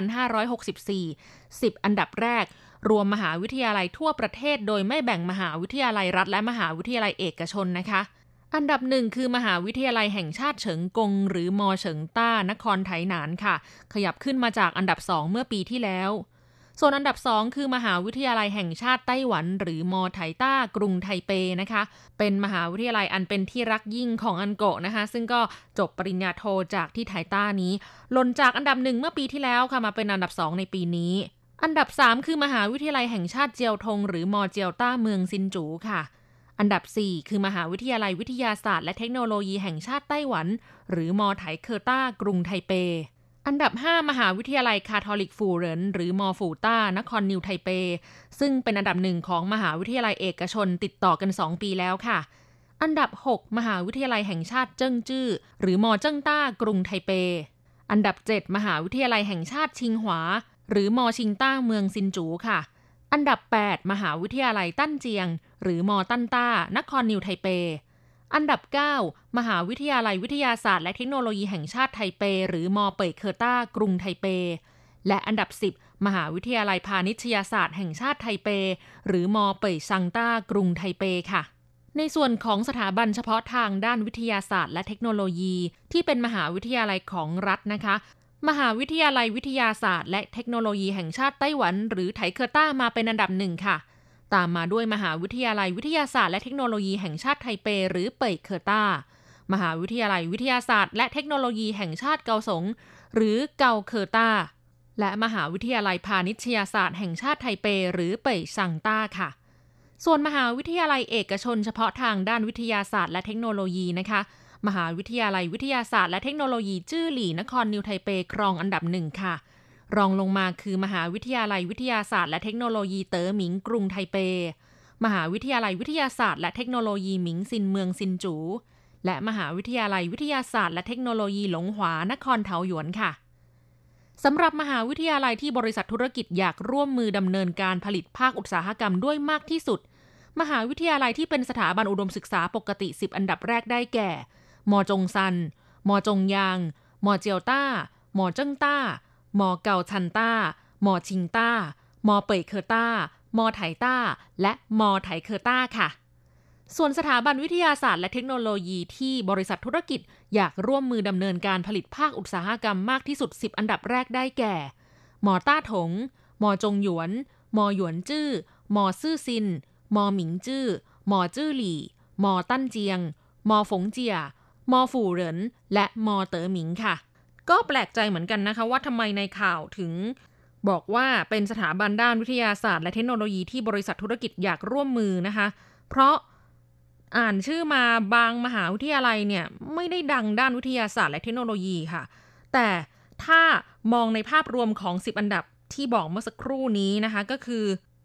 2564 10 อันดับแรกรวมมหาวิทยาลัยทั่วประเทศโดยไม่แบ่งมหาวิทยาลัยรัฐและมหาวิทยาลัยเอกชนนะคะอันดับ1คือมหาวิทยาลัยแห่งชาติเฉิงกงหรือม.เฉิงต้านครไถหนานค่ะขยับขึ้นมาจากอันดับ2เมื่อปีที่แล้วส่วนอันดับ2คือมหาวิทยาลัยแห่งชาติไต้หวันหรือม.ไถต้ากรุงไทเปนะคะเป็นมหาวิทยาลัยอันเป็นที่รักยิ่งของอันโกะนะคะซึ่งก็จบปริญญาโทจากที่ไถต้านี้หล่นจากอันดับ1เมื่อปีที่แล้วค่ะมาเป็นอันดับ2ในปีนี้อันดับ3คือมหาวิทยาลัยแห่งชาติเจียวทงหรือม.เจียวต้าเมืองซินจูค่ะอันดับ4คือมหาวิทยาลัยวิทยาศาสตร์และเทคโนโลยีแห่งชาติไต้หวันหรือม.ไถเคอร์ต้ากรุงไทเปอันดับ5มหาวิทยาลัยคาทอลิกฟูเหรินหรือม.ฟูต้านครนิวไทเปซึ่งเป็นอันดับ1ของมหาวิทยาลัยเอกชนติดต่อกัน2ปีแล้วค่ะอันดับ6มหาวิทยาลัยแห่งชาติเจิ้งจื้อหรือม.เจิ้งต้ากรุงไทเปอันดับ7มหาวิทยาลัยแห่งชาติชิงหวาหรือม.ชิงต้าเมืองซินจูค่ะอันดับ8มหาวิทยาลัยตั้นเจียงหรือม.ตั้นต้านครนิวไทเปอันดับ9มหาวิทยาลัยวิทยาศาสตร์และเทคโนโลยีแห่งชาติไทเปหรือม.เป่ยเคอร์ต้ากรุงไทเปและอันดับ10มหาวิทยาลัยพาณิชยศาสตร์แห่งชาติไทเปหรือม.เป่ยซังต้ากรุงไทเปค่ะในส่วนของสถาบันเฉพาะทางด้านวิทยาศาสตร์และเทคโนโลยีที่เป็นมหาวิทยาลัยของรัฐนะคะมหาวิทยาลัยวิทยาศาสตร์และเทคโนโลยีแห่งชาติไต้หวันหรือไถเคอร์ต้ามาเป็นอันดับ1ค่ะตามมาด้วยมหาวิทยาลัยวิทยาศาสตร์และเทคโนโลยีแห่งชาติไทเปหรือเป่ยเคอร์ต้ามหาวิทยาลัยวิทยาศาสตร์และเทคโนโลยีแห่งชาติเกาสงหรือเกาเคอร์ต้าและมหาวิทยาลัยพาณิชยศาสตร์แห่งชาติไทเปหรือเป่ยซังต้าค่ะส่วนมหาวิทยาลัยเอกชนเฉพาะทางด้านวิทยาศาสตร์และเทคโนโลยีนะคะมหาวิทยาลัยวิทยาศาสตร์และเทคโนโลยีจื้อหลี่นครนิวไทเปครองอันดับ1ค่ะรองลงมาคือมหาวิทยาลัยวิทยาศาสตร์และเทคโนโลยีเต๋อหมิงกรุงไทเปมหาวิทยาลัยวิทยาศาสตร์และเทคโนโลยีหมิงซินเมืองซินจูและมหาวิทยาลัยวิทยาศาสตร์และเทคโนโลยีหลงหวานครเทาหยวนค่ะสำหรับมหาวิทยาลัยที่บริษัทธุรกิจอยากร่วมมือดำเนินการผลิตภาคอุตสาหกรรมด้วยมากที่สุดมหาวิทยาลัยที่เป็นสถาบันอุดมศึกษาปกติ10อันดับแรกได้แก่ม.จงซันม.จงยางม.เจียวต้าม.เจิ้งต้าม.เกาชันต้าม.ชิงต้าม.เป่ยเคอร์ต้าม.ไถต้าและม.ไถเคอร์ต้าค่ะส่วนสถาบันวิทยาศาสตร์และเทคโนโลยีที่บริษัทธุรกิจอยากร่วมมือดำเนินการผลิตภาคอุตสาหกรรมมากที่สุด10อันดับแรกได้แก่ม.ต้าถงม.จงหยวนม.หยวนจื้อม.ซื่อซินม.หมิงจื้อม.จื้อหลี่ม.ตั้นเจียงม.ฝงเจียม.ฝูเหรินและม.เต๋อหมิงค่ะก็แปลกใจเหมือนกันนะคะว่าทำไมในข่าวถึงบอกว่าเป็นสถาบันด้านวิทยาศาสตร์และเทคโนโลยีที่บริษัทธุรกิจอยากร่วมมือนะคะเพราะอ่านชื่อมาบางมหาวิทยาลัยเนี่ยไม่ได้ดังด้านวิทยาศาสตร์และเทคโนโลยีค่ะแต่ถ้ามองในภาพรวมของ10อันดับที่บอกเมื่อสักครู่นี้นะคะก็คือ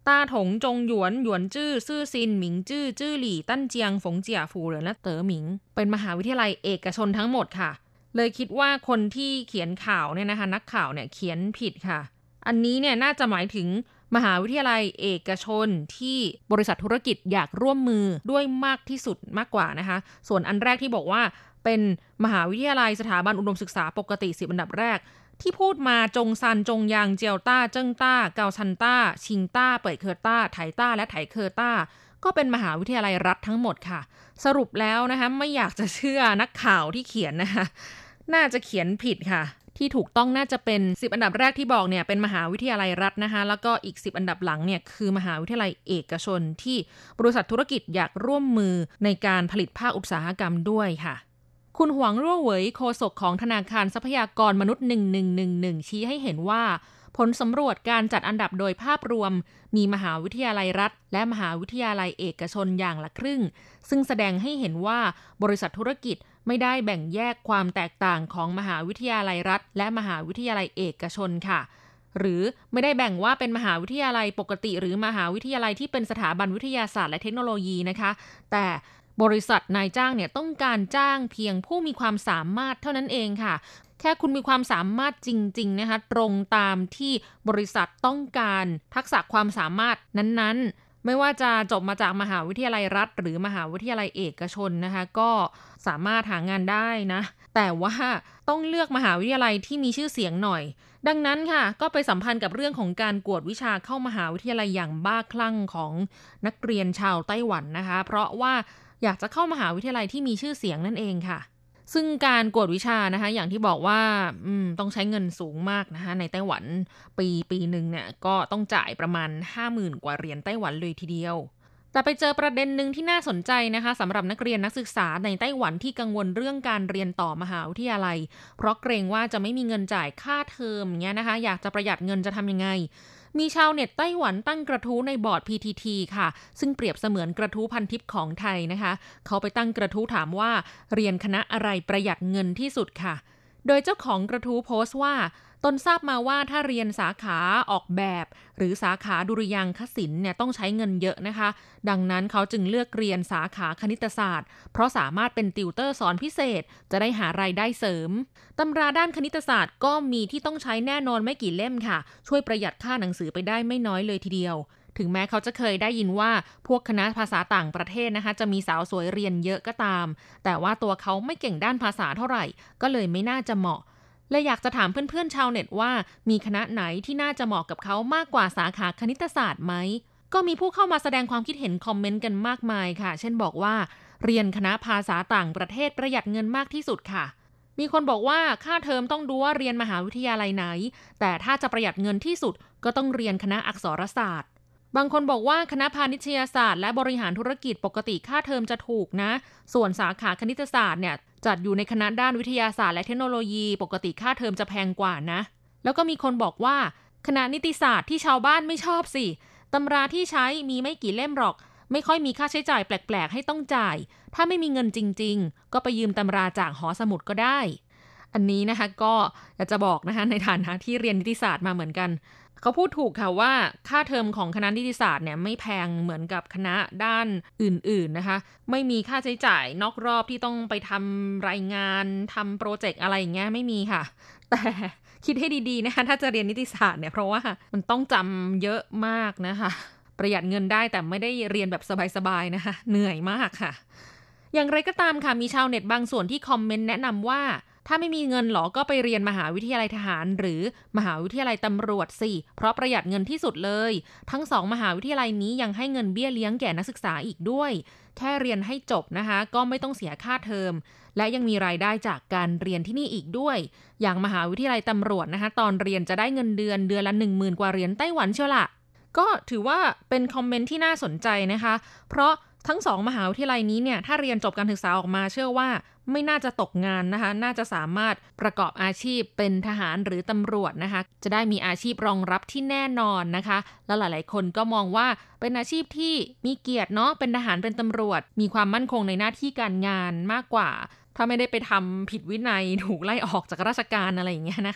ต้าถงจงหยวนหยวนจื้อซื่อซินหมิงจื้อจื้อหลี่ตั้นเจียงฝงเจียฟูเหรินและเต๋อหมิงเป็นมหาวิทยาลัยเอกชนทั้งหมดค่ะเลยคิดว่าคนที่เขียนข่าวเนี่ยนะคะนักข่าวเนี่ยเขียนผิดค่ะอันนี้เนี่ยน่าจะหมายถึงมหาวิทยาลัยเอกชนที่บริษัทธุรกิจอยากร่วมมือด้วยมากที่สุดมากกว่านะคะส่วนอันแรกที่บอกว่าเป็นมหาวิทยาลัยสถาบันอุดมศึกษาปกติ10อันดับแรกที่พูดมาจงซันจงยางเจียวต้าเจิ้งต้าเกาชันต้าชิงต้าเป่ยเคอต้าไถต้าและไถเคอต้าก็เป็นมหาวิทยาลัยรัฐทั้งหมดค่ะสรุปแล้วนะคะไม่อยากจะเชื่อนักข่าวที่เขียนนะคะน่าจะเขียนผิดค่ะที่ถูกต้องน่าจะเป็น10อันดับแรกที่บอกเนี่ยเป็นมหาวิทยาลัยรัฐนะคะแล้วก็อีก10อันดับหลังเนี่ยคือมหาวิทยาลัยเอกชนที่บริษัทธุรกิจอยากร่วมมือในการผลิตภาคอุตสาหกรรมด้วยค่ะคุณหวังรั่วเหวยโฆษกของธนาคารทรัพยากรมนุษย์1111ชี้ให้เห็นว่าผลสำรวจการจัดอันดับโดยภาพรวมมีมหาวิทยาลัยรัฐและมหาวิทยาลัยเอกชนอย่างละครึ่งซึ่งแสดงให้เห็นว่าบริษัทธุรกิจไม่ได้แบ่งแยกความแตกต่างของมหาวิทยาลัยรัฐและมหาวิทยาลัยเอกชนค่ะหรือไม่ได้แบ่งว่าเป็นมหาวิทยาลัยปกติหรือมหาวิทยาลัยที่เป็นสถาบันวิทยาศาสตร์และเทคโนโลยีนะคะแต่บริษัทนายจ้างเนี่ยต้องการจ้างเพียงผู้มีความสามารถเท่านั้นเองค่ะแค่คุณมีความสามารถจริงๆนะคะตรงตามที่บริษัทต้องการทักษะความสามารถนั้นๆไม่ว่าจะจบมาจากมหาวิทยาลัยรัฐหรือมหาวิทยาลัยเอกชนนะคะก็สามารถหางานได้นะแต่ว่าต้องเลือกมหาวิทยาลัยที่มีชื่อเสียงหน่อยดังนั้นค่ะก็ไปสัมพันธ์กับเรื่องของการกวดวิชาเข้ามหาวิทยาลัยอย่างบ้าคลั่งของนักเรียนชาวไต้หวันนะคะเพราะว่าอยากจะเข้ามหาวิทยาลัยที่มีชื่อเสียงนั่นเองค่ะซึ่งการกวดวิชานะคะอย่างที่บอกว่าต้องใช้เงินสูงมากนะคะในไต้หวันปีนึงเนี่ยก็ต้องจ่ายประมาณ 50,000 กว่าเหรียญไต้หวันเลยทีเดียวแต่ไปเจอประเด็นหนึ่งที่น่าสนใจนะคะสำหรับนักเรียนนักศึกษาในไต้หวันที่กังวลเรื่องการเรียนต่อมหาวิทยาลัยเพราะเกรงว่าจะไม่มีเงินจ่ายค่าเทอมอย่างเงี้ยนะคะอยากจะประหยัดเงินจะทำยังไงมีชาวเน็ตไต้หวันตั้งกระทู้ในบอร์ด PTT ค่ะซึ่งเปรียบเสมือนกระทู้พันทิปของไทยนะคะเขาไปตั้งกระทู้ถามว่าเรียนคณะอะไรประหยัดเงินที่สุดค่ะโดยเจ้าของกระทู้โพสต์ว่าตนทราบมาว่าถ้าเรียนสาขาออกแบบหรือสาขาดุริยางคศิลป์เนี่ยต้องใช้เงินเยอะนะคะดังนั้นเขาจึงเลือกเรียนสาขาคณิตศาสตร์เพราะสามารถเป็นติวเตอร์สอนพิเศษจะได้หารายได้เสริมตำราด้านคณิตศาสตร์ก็มีที่ต้องใช้แน่นอนไม่กี่เล่มค่ะช่วยประหยัดค่าหนังสือไปได้ไม่น้อยเลยทีเดียวถึงแม้เขาจะเคยได้ยินว่าพวกคณะภาษาต่างประเทศนะคะจะมีสาวสวยเรียนเยอะก็ตามแต่ว่าตัวเขาไม่เก่งด้านภาษาเท่าไหร่ก็เลยไม่น่าจะเหมาะเลยอยากจะถามเพื่อนๆชาวเน็ตว่ามีคณะไหนที่น่าจะเหมาะกับเขามากกว่าสาขาคณิตศาสตร์ไหมก็มีผู้เข้ามาแสดงความคิดเห็นคอมเมนต์กันมากมายค่ะเช่นบอกว่าเรียนคณะภาษาต่างประเทศประหยัดเงินมากที่สุดค่ะมีคนบอกว่าค่าเทอมต้องดูว่าเรียนมหาวิทยาลัยไหนแต่ถ้าจะประหยัดเงินที่สุดก็ต้องเรียนคณะอักษรศาสตร์บางคนบอกว่าคณะพาณิชยศาสตร์และบริหารธุรกิจปกติค่าเทอมจะถูกนะส่วนสาขาคณิตศาสตร์เนี่ยจัดอยู่ในคณะด้านวิทยาศาสตร์และเทคโนโลยีปกติค่าเทอมจะแพงกว่านะแล้วก็มีคนบอกว่าคณะนิติศาสตร์ที่ชาวบ้านไม่ชอบสิตำราที่ใช้มีไม่กี่เล่มหรอกไม่ค่อยมีค่าใช้จ่ายแปลกๆให้ต้องจ่ายถ้าไม่มีเงินจริงๆก็ไปยืมตำราจากหอสมุดก็ได้อันนี้นะคะก็อยากจะบอกนะคะในฐานะที่เรียนนิติศาสตร์มาเหมือนกันเขาพูดถูกค่ะว่าค่าเทอมของคณะนิติศาสตร์เนี่ยไม่แพงเหมือนกับคณะด้านอื่นๆนะคะไม่มีค่าใช้จ่ายนอกรอบที่ต้องไปทำรายงานทำโปรเจกต์อะไรอย่างเงี้ยไม่มีค่ะแต่คิดให้ดีๆนะคะถ้าจะเรียนนิติศาสตร์เนี่ยเพราะว่ามันต้องจำเยอะมากนะคะประหยัดเงินได้แต่ไม่ได้เรียนแบบสบายๆนะคะเหนื่อยมากค่ะอย่างไรก็ตามค่ะมีชาวเน็ตบางส่วนที่คอมเมนต์แนะนำว่าถ้าไม่มีเงินหรอก็ไปเรียนมหาวิทยาลัยทหารหรือมหาวิทยาลัยตำรวจสิเพราะประหยัดเงินที่สุดเลยทั้งสองมหาวิทยาลัยนี้ยังให้เงินเบี้ยเลี้ยงแก่นักศึกษาอีกด้วยแค่เรียนให้จบนะคะก็ไม่ต้องเสียค่าเทอมและยังมีรายได้จากการเรียนที่นี่อีกด้วยอย่างมหาวิทยาลัยตำรวจนะคะตอนเรียนจะได้เงินเดือนละ 10,000 กว่าเหรียญไต้หวันเชียวล่ะก็ถือว่าเป็นคอมเมนต์ที่น่าสนใจนะคะเพราะทั้งสองมหาวิทยาลัยนี้เนี่ยถ้าเรียนจบการศึกษาออกมาเชื่อว่าไม่น่าจะตกงานนะคะน่าจะสามารถประกอบอาชีพเป็นทหารหรือตำรวจนะคะจะได้มีอาชีพรองรับที่แน่นอนนะคะแล้วหลายๆคนก็มองว่าเป็นอาชีพที่มีเกียรติเนาะเป็นทหารเป็นตำรวจมีความมั่นคงในหน้าที่การงานมากกว่าถ้าไม่ได้ไปทำผิดวินัยถูกไล่ออกจากราชการอะไรอย่างเงี้ยนะคะ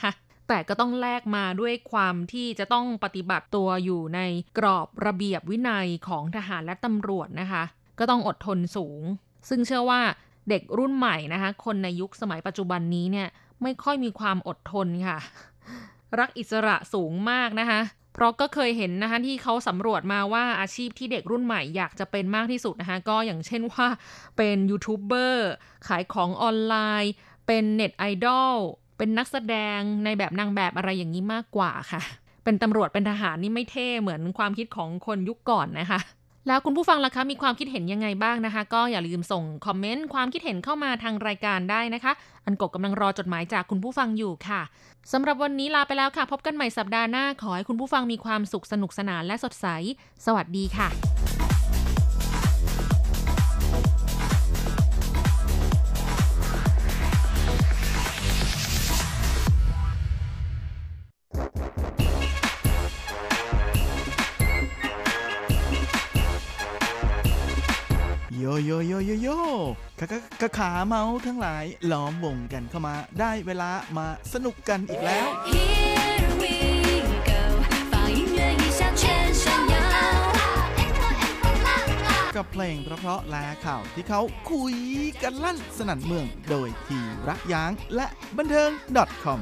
แต่ก็ต้องแลกมาด้วยความที่จะต้องปฏิบัติตัวอยู่ในกรอบระเบียบวินัยของทหารและตำรวจนะคะก็ต้องอดทนสูงซึ่งเชื่อว่าเด็กรุ่นใหม่นะคะคนในยุคสมัยปัจจุบันนี้เนี่ยไม่ค่อยมีความอดทนค่ะรักอิสระสูงมากนะคะเพราะก็เคยเห็นนะคะที่เขาสำรวจมาว่าอาชีพที่เด็กรุ่นใหม่อยากจะเป็นมากที่สุดนะคะก็อย่างเช่นว่าเป็นยูทูบเบอร์ขายของออนไลน์เป็นเน็ตไอดอลเป็นนักแสดงในแบบนางแบบอะไรอย่างนี้มากกว่าค่ะเป็นตำรวจเป็นทหารนี่ไม่เท่เหมือนความคิดของคนยุคก่อนนะคะแล้วคุณผู้ฟังล่ะคะมีความคิดเห็นยังไงบ้างนะคะก็อย่าลืมส่งคอมเมนต์ความคิดเห็นเข้ามาทางรายการได้นะคะอันกบกำลังรอจดหมายจากคุณผู้ฟังอยู่ค่ะสำหรับวันนี้ลาไปแล้วค่ะพบกันใหม่สัปดาห์หน้าขอให้คุณผู้ฟังมีความสุขสนุกสนานและสดใสสวัสดีค่ะโยโยโยโยโยขาเมาทั้งหลายล้อมวงกันเข้ามาได้เวลามาสนุกกันอีกแล้วกับเพลงเพราะๆและข่าวที่เขาคุยกันลั่นสนั่นเมืองโดยทีรักย้างและบันเทิง .com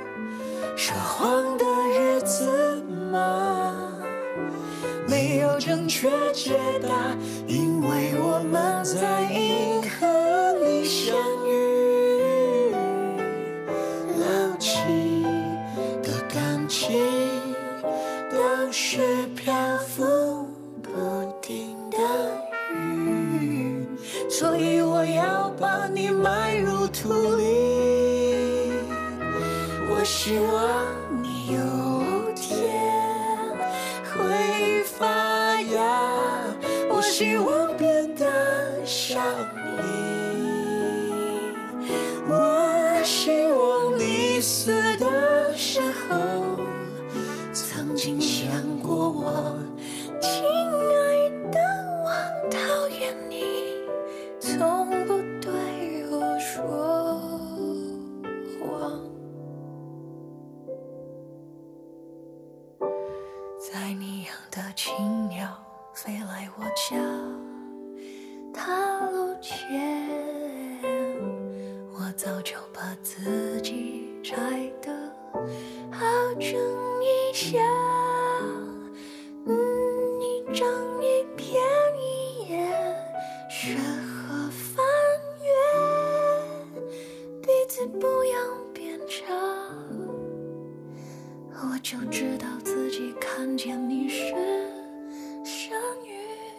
没有这正确解答，因为我们在银河里相遇，牢记的感情都是漂浮不定的云，所以我要把你埋入土里。我希望你有天会发芽，我希望变得像你，我希望你死的时候曾经想过我，亲爱的，我讨厌你，从不对我说谎。在你养的青鸟飞来我家塔楼前，我早就把自己摘得好整一下，一张一片一眼适合翻阅，彼此不要变差，我就知道自己看见你时善于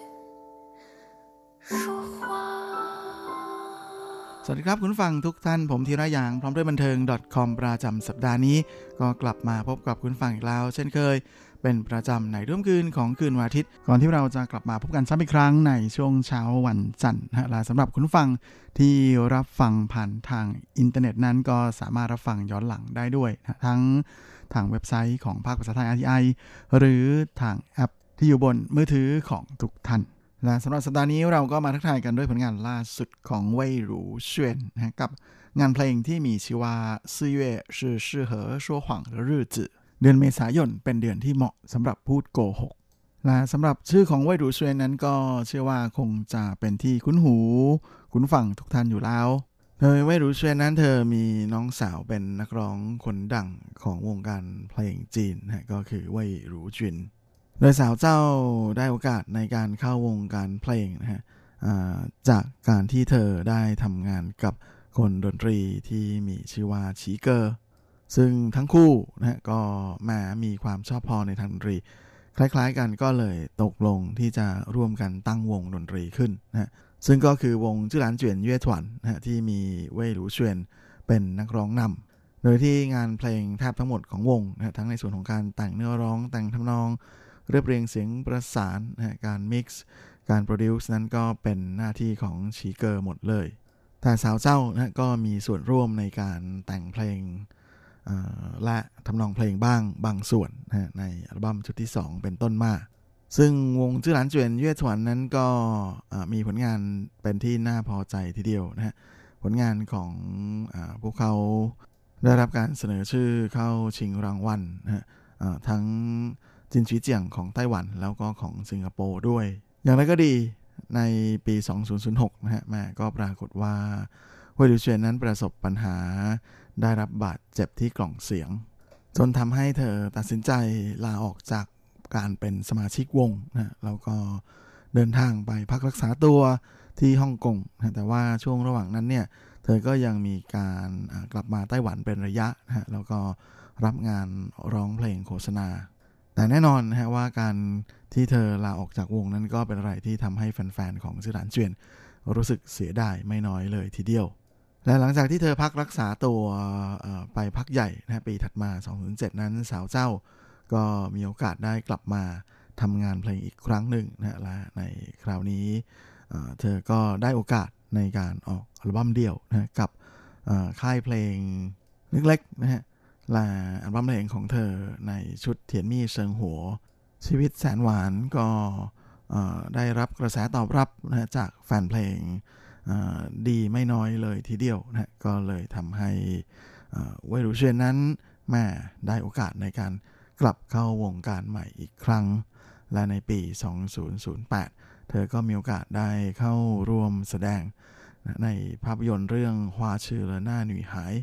说话。 สวัสดีครับคุณฟังทุกท่านผมธีระยางพร้อมด้วยบันเทิง .com ประจำสัปดาห์นี้ก็กลับมาพบกับคุณฟังอีกแล้วเช่นเคยเป็นประจำในรุ่มคืนของคืนวันอาทิตย์ก่อนที่เราจะกลับมาพบกันซ้ำอีกครั้งในช่วงเช้าวันจันทร์และสำหรับคุณฟังที่รับฟังผ่านทางอินเทอร์เน็ตนั้นก็สามารถรับฟังย้อนหลังได้ด้วยทั้งทางเว็บไซต์ของภาคภาษาไทย RTI หรือทางแอปที่อยู่บนมือถือของทุกท่านและสำหรับสัปดาห์นี้เราก็มาทักทายกันด้วยผลงานล่าสุดของเว่ยหรูเฉียนกับงานเพลงที่มีชื่อว่า4月是适合说谎的日子เดือนเมษายนเป็นเดือนที่เหมาะสำหรับพูดโกหกและสำหรับชื่อของเว่ยหรูเฉียนนั้นก็เชื่อว่าคงจะเป็นที่คุ้นหูคุ้นฟังทุกท่านอยู่แล้วโดยเว่ยหรูเฉียนนั้นเธอมีน้องสาวเป็นนักร้องคนดังของวงการเพลงจีนก็คือเว่ยหรูจินโดยสาวเจ้าได้โอกาสในการเข้าวงการเพลงจากการที่เธอได้ทำงานกับคนดนตรีที่มีชื่อว่าฉีเกอร์ซึ่งทั้งคู่ก็มามีความชอบพอในทางดนตรีคล้ายๆกันก็เลยตกลงที่จะร่วมกันตั้งวงดนตรีขึ้นซึ่งก็คือวงจื่อหลานเจี๋ยนเย่ถวนที่มีเว่ยหรูเฉียนเป็นนักร้องนำโดยที่งานเพลงแทบทั้งหมดของวงทั้งในส่วนของการแต่งเนื้อร้องแต่งทำนองเรียบเรียงเสียงประสานการมิกซ์การโปรดิวซ์นั้นก็เป็นหน้าที่ของฉีเกอร์หมดเลยแต่สาวเจ้าก็มีส่วนร่วมในการแต่งเพลงและทำนองเพลงบ้างบางส่วนในอัลบั้มชุดที่2เป็นต้นมาซึ่งวงจื่อหลานเจี๋ยนเย่ถวนนั้นก็มีผลงานเป็นที่น่าพอใจทีเดียวผลงานของพวกเขาได้รับการเสนอชื่อเข้าชิงรางวัลทั้งจินชีเจียงของไต้หวันแล้วก็ของสิงคโปร์ด้วยอย่างไรก็ดีในปี 2006 แม่ก็ปรากฏว่าเว่ยหรูเฉียนนั้นประสบปัญหาได้รับบาดเจ็บที่กล่องเสียงจนทำให้เธอตัดสินใจลาออกจากการเป็นสมาชิกวงแล้วก็เดินทางไปพักรักษาตัวที่ฮ่องกงแต่ว่าช่วงระหว่างนั้นเนี่ยเธอก็ยังมีการกลับมาไต้หวันเป็นระยะแล้วก็รับงานร้องเพลงโฆษณาแต่แน่นอนว่าการที่เธอลาออกจากวงนั้นก็เป็นอะไรที่ทำให้แฟนๆของจื่อหลานเจี๋ยนรู้สึกเสียดายไม่น้อยเลยทีเดียวและหลังจากที่เธอพักรักษาตัวไปพักใหญ่ปีถัดมา 2007 นั้นสาวเจ้าก็มีโอกาสได้กลับมาทำงานเพลงอีกครั้งหนึ่งและในคราวนี้เธอก็ได้โอกาสในการออกอัลบั้มเดี่ยวกับค่ายเพลงเล็กๆและอัลบั้มเพลงของเธอในชุดเทียนมี่เซิงหัวชีวิตแสนหวานก็ได้รับกระแสตอบรับจากแฟนเพลงดีไม่น้อยเลยทีเดียวก็เลยทำให้เว่ยหรูเฉียนนั้นแม่ได้โอกาสในการกลับเข้าวงการใหม่อีกครั้งและในปี 2008 เธอก็มีโอกาสได้เข้าร่วมแสดงในภาพยนตร์เรื่องฮวาชื่อและหน้าหนุ่ยหาย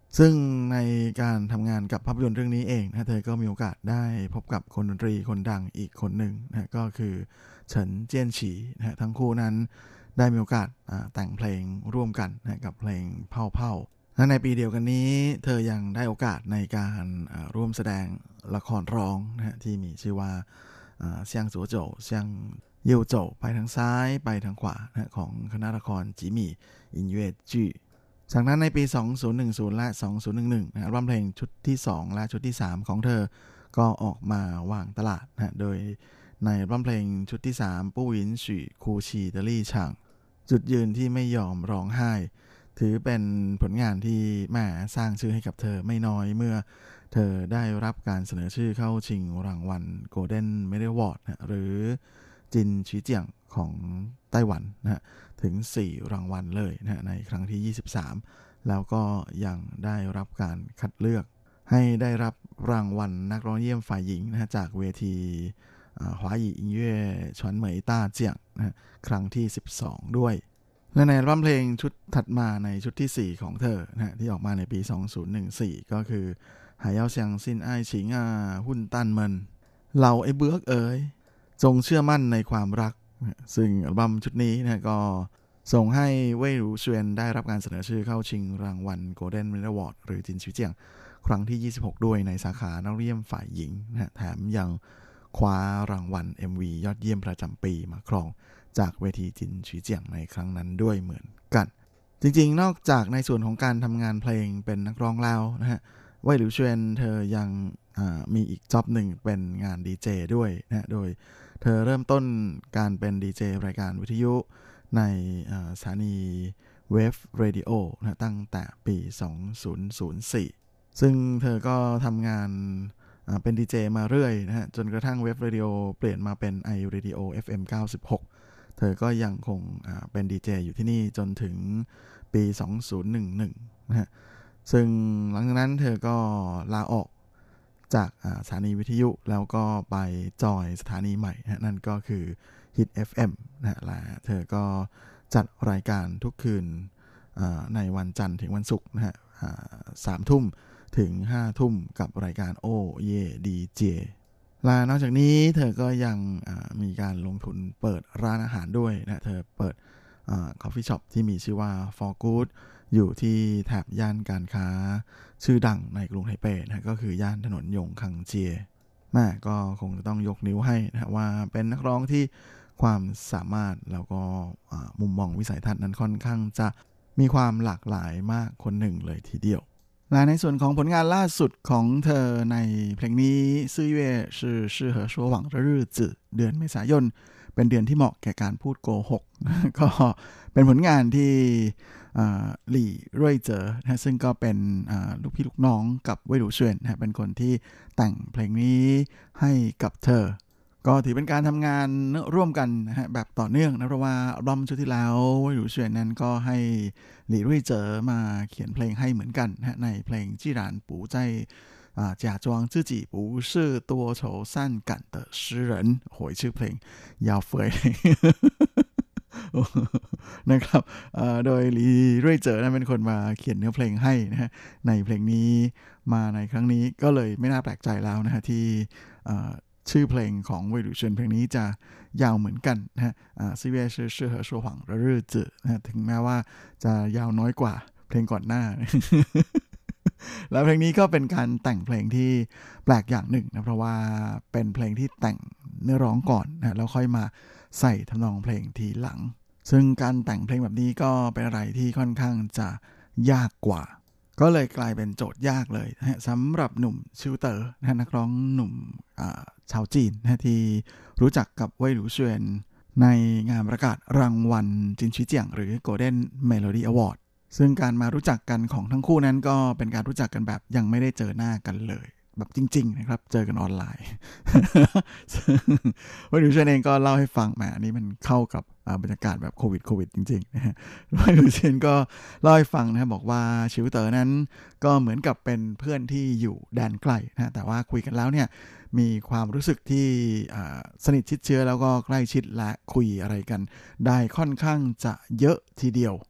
ซึ่งในการทำงานกับภาพยนตร์เรื่องนี้เองนะเธอก็มีโอกาสได้พบกับคนดนตรีคนดังอีกคนหนึ่งนะก็คือเฉินเจี้ยนฉีนะทั้งคู่นั้นได้มีโอกาสแต่งเพลงร่วมกันนะกับเพลงเผ่าเผ่าและในปีเดียวกันนี้เธอยังได้โอกาสในการร่วมแสดงละครร้องนะที่มีชื่อว่าเซียงสัวโจวเซียงเย่วโจวไปทางซ้ายไปทางขวานะของคณะละครจีหมี่อินเย่จื่อจากนั้นในปี 2010 และ 2011 นะอัลบั้มเพลงชุดที่ 2 และชุดที่ 3 ของเธอก็ออกมาวางตลาดนะโดยในอัลบั้มเพลงชุดที่ 3 ปู้หวินฉี่คูชีเดลี่ช่างจุดยืนที่ไม่ยอมร้องไห้ถือเป็นผลงานที่แม่สร้างชื่อให้กับเธอไม่น้อยเมื่อเธอได้รับการเสนอชื่อเข้าชิงรางวัล Golden Medal Award นะหรือจินชีเจียงของไต้หวันนะถึง4รางวัลเลยนะในครั้งที่23แล้วก็ยังได้รับการคัดเลือกให้ได้รับรางวัลนักร้องเยี่ยมฝ่ายหญิงนะจากเวทีฮวาอีอินเย่ฉวนเหมยต้าเจียงนะครั้งที่12ด้วยและในอัลบั้มเพลงชุดถัดมาในชุดที่4ของเธอนะที่ออกมาในปี 2014 ก็คือหายเยาเซียงซินอ้ายฉิงหุ่นตันเมินเหล่าไอ้เบือกเอ๋ยจงเชื่อมั่นในความรักซึ่งอัลบั้มชุดนี้นะก็ส่งให้เว่ยหรูเซียนได้รับการเสนอชื่อเข้าชิงรางวัล Golden Medal Award หรือจินชิวเจียงครั้งที่26ด้วยในสาขานักเรียนฝ่ายหญิงนะแถมยังคว้ารางวัล MV ยอดเยี่ยมประจำปีมาครองจากเวทีจินชิวเจียงในครั้งนั้นด้วยเหมือนกันจริงๆนอกจากในส่วนของการทำงานเพลงเป็นนักร้องแล้วนะฮะเว่ยหรูเซียนเธอยังมีอีกจ็อบหนึ่งเป็นงานดีเจด้วยนะโดยเธอเริ่มต้นการเป็นดีเจรายการวิทยุในสถานีเวฟเรดิโอนะตั้งแต่ปี 2004 ซึ่งเธอก็ทำงานเป็นดีเจมาเรื่อยนะฮะจนกระทั่งเวฟเรดิโอเปลี่ยนมาเป็น iRadio FM 96 เธอก็ยังคงเป็นดีเจอยู่ที่นี่จนถึงปี 2011 นะฮะซึ่งหลังจากนั้นเธอก็ลาออกจากสถานีวิทยุแล้วก็ไปจอยสถานีใหม่นะนั่นก็คือ Hit FM นะและเธอก็จัดรายการทุกคืนในวันจันทร์ถึงวันศุกร์นะฮะ3 ทุ่มถึง5 ทุ่มกับรายการโอเย่ดีเจและนอกจากนี้เธอก็ยังมีการลงทุนเปิดร้านอาหารด้วยนะเธอเปิดcoffee shop ที่มีชื่อว่า For Good อยู่ที่แถบย่านการค้าชื่อดังในกรุงไทเปนะก็คือย่านถนนยงคังเจียแม่ก็คงจะต้องยกนิ้วให้นะว่าเป็นนักร้องที่ความสามารถแล้วก็มุมมองวิสัยทัศน์นั้นค่อนข้างจะมีความหลากหลายมากคนหนึ่งเลยทีเดียวและในส่วนของผลงานล่าสุดของเธอในเพลงนี้4月是适合说谎的日子เดือนเมษายนเป็นเดือนที่เหมาะแก่การพูดโกหกก็เป็นผลงานที่หลี่เร่ยเจ๋อนะซึ่งก็เป็นลูกพี่ลูกน้องกับเว่ยหรูเซียนนะเป็นคนที่แต่งเพลงนี้ให้กับเธอก็ถือเป็นการทำงานร่วมกันนะฮะแบบต่อเนื่องนะเพราะว่าอัลบั้มชุดที่แล้วเว่ยหรูเซียนนั้นก็ให้หลี่เร่ยเจ๋อมาเขียนเพลงให้เหมือนกันนะในเพลงจี้หรานปูใจ假装自己不是多愁善感的诗人โหยชื่อเพลงยาวเฟ้ยนะครับโดยหลี่เร่ยเจ๋อนั้นเป็นคนมาเขียนเนื้อเพลงให้นะฮะในเพลงนี้มาในครั้งนี้ก็เลยไม่น่าแปลกใจแล้วนะฮะที่ชื่อเพลงของเว่ยหรูเซียนเพลงนี้จะยาวเหมือนกันนะฮะ4月是适合说谎的日子นะถึงแม้ว่าจะยาวน้อยกว่าเพลงก่อนหน้าแล้วเพลงนี้ก็เป็นการแต่งเพลงที่แปลกอย่างหนึ่งนะเพราะว่าเป็นเพลงที่แต่งเนื้อร้องก่อนนะแล้วค่อยมาใส่ทำนองเพลงทีหลังซึ่งการแต่งเพลงแบบนี้ก็เป็นอะไรที่ค่อนข้างจะยากกว่าก็เลยกลายเป็นโจทย์ยากเลยนะสำหรับหนุ่มชิวเต๋อนะนักร้องหนุ่มชาวจีนนะที่รู้จักกับเว่ยหรูเซียนในงานประกาศรางวัลจินชิเจียงหรือ Golden Melody Awardซึ่งการมารู้จักกันของทั้งคู่นั้นก็เป็นการรู้จักกันแบบยังไม่ได้เจอหน้ากันเลยแบบจริงๆนะครับเจอกันออนไลน์ เว่ยหรูเซียนเองก็เล่าให้ฟังแหมอันนี้มันเข้ากับบรรยากาศแบบโควิดจริงๆนะฮะเว่ยหรูเซียนก็เล่าให้ฟังนะบอกว่าชิวเต๋อนั้นก็เหมือนกับเป็นเพื่อนที่อยู่แดนไกลนะแต่ว่าคุยกันแล้วเนี่ยมีความรู้สึกที่สนิทชิดเชื้อแล้วก็ใกล้ชิดและคุยอะไรกันได้ค่อนข้างจะเยอะทีเดียว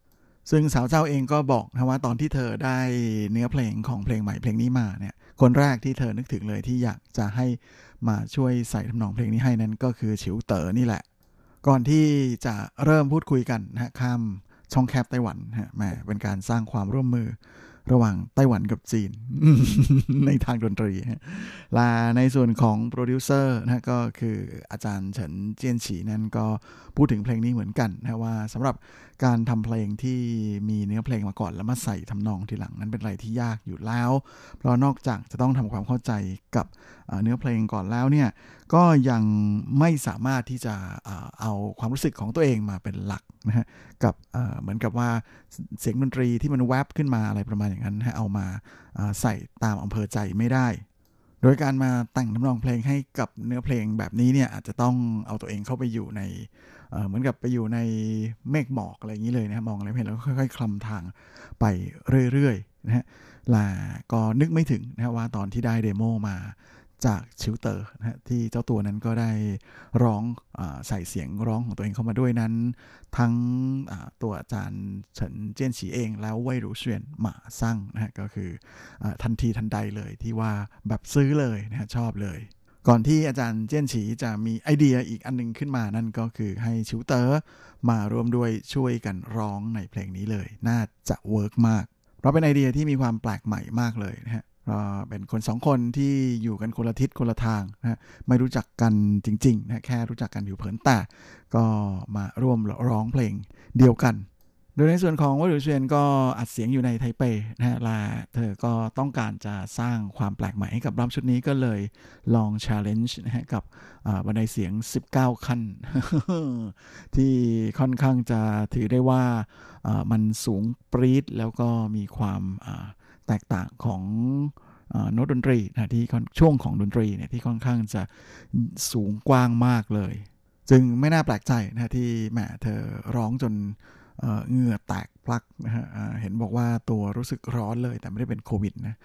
ซึ่งสาวเจ้าเองก็บอกนะว่าตอนที่เธอได้เนื้อเพลงของเพลงใหม่เพลงนี้มาเนี่ยคนแรกที่เธอนึกถึงเลยที่อยากจะให้มาช่วยใส่ทำนองเพลงนี้ให้นั้นก็คือฉิวเต๋อนี่แหละก่อนที่จะเริ่มพูดคุยกันนะข้ามช่องแคบไต้หวันแหมเป็นการสร้างความร่วมมือระหว่างไต้หวันกับจีน ในทางดนตรีและในส่วนของโปรดิวเซอร์นะก็คืออาจารย์เฉินเจี้ยนฉีนั้นก็พูดถึงเพลงนี้เหมือนกันนะว่าสำหรับการทำเพลงที่มีเนื้อเพลงมาก่อนแล้วมาใส่ทำนองทีหลังนั้นเป็นอะไรที่ยากอยู่แล้วเพราะนอกจากจะต้องทำความเข้าใจกับเนื้อเพลงก่อนแล้วเนี่ยก็ยังไม่สามารถที่จะเอาความรู้สึกของตัวเองมาเป็นหลักนะฮะกับเหมือนกับว่าเสียงดนตรีที่มันแวบขึ้นมาอะไรประมาณอย่างนั้นให้เอามาใส่ตามอำเภอใจไม่ได้โดยการมาแต่งทำนองเพลงให้กับเนื้อเพลงแบบนี้เนี่ยอาจจะต้องเอาตัวเองเข้าไปอยู่ในเหมือนกับไปอยู่ในเมฆหมอกอะไรอย่างนี้เลยนะมองอะไรไม่เห็นแล้วก็ค่อยๆคลำทางไปเรื่อยๆนะฮะและก็นึกไม่ถึงนะว่าตอนที่ได้เดโมมาจากชิวเตอร์นะที่เจ้าตัวนั้นก็ได้ร้องใส่เสียงร้องของตัวเองเข้ามาด้วยนั้นทั้งตัวอาจารย์เฉินเจี้ยนฉีเองแล้วเว่ยหรูเฉียนหม่าซั่งนะฮะก็คือทันทีทันใดเลยที่ว่าแบบซื้อเลยนะฮะชอบเลยก่อนที่อาจารย์เจี้ยนฉีจะมีไอเดียอีกอันนึงขึ้นมานั่นก็คือให้ชิวเตอร์มาร่วมด้วยช่วยกันร้องในเพลงนี้เลยน่าจะเวิร์กมากเพราะเป็นไอเดียที่มีความแปลกใหม่มากเลยนะฮะเป็นคน2คนที่อยู่กันคนละทิศคนละทางนะไม่รู้จักกันจริงๆนะแค่รู้จักกันอยู่เผินแต่ก็มาร่วมร้องเพลงเดียวกันโดยในส่วนของเว่ยหรูเฉียนก็อัดเสียงอยู่ในไทเปนะฮะและเธอก็ต้องการจะสร้างความแปลกใหม่ให้กับรอบชุดนี้ก็เลยลอง challenge นะฮะกับบันไดเสียง19ขั้น ที่ค่อนข้างจะถือได้ว่ามันสูงปรี๊ดแล้วก็มีความแตกต่างของโน้ตดนตรีนะที่ช่วงของดนตรีเนี่ยที่ค่อนข้างจะสูงกว้างมากเลยจึงไม่น่าแปลกใจนะที่แหมเธอร้องจนเหงื่อแตกพลักนะฮะเห็นบอกว่าตัวรู้สึกร้อนเลยแต่ไม่ได้เป็นโควิดนะ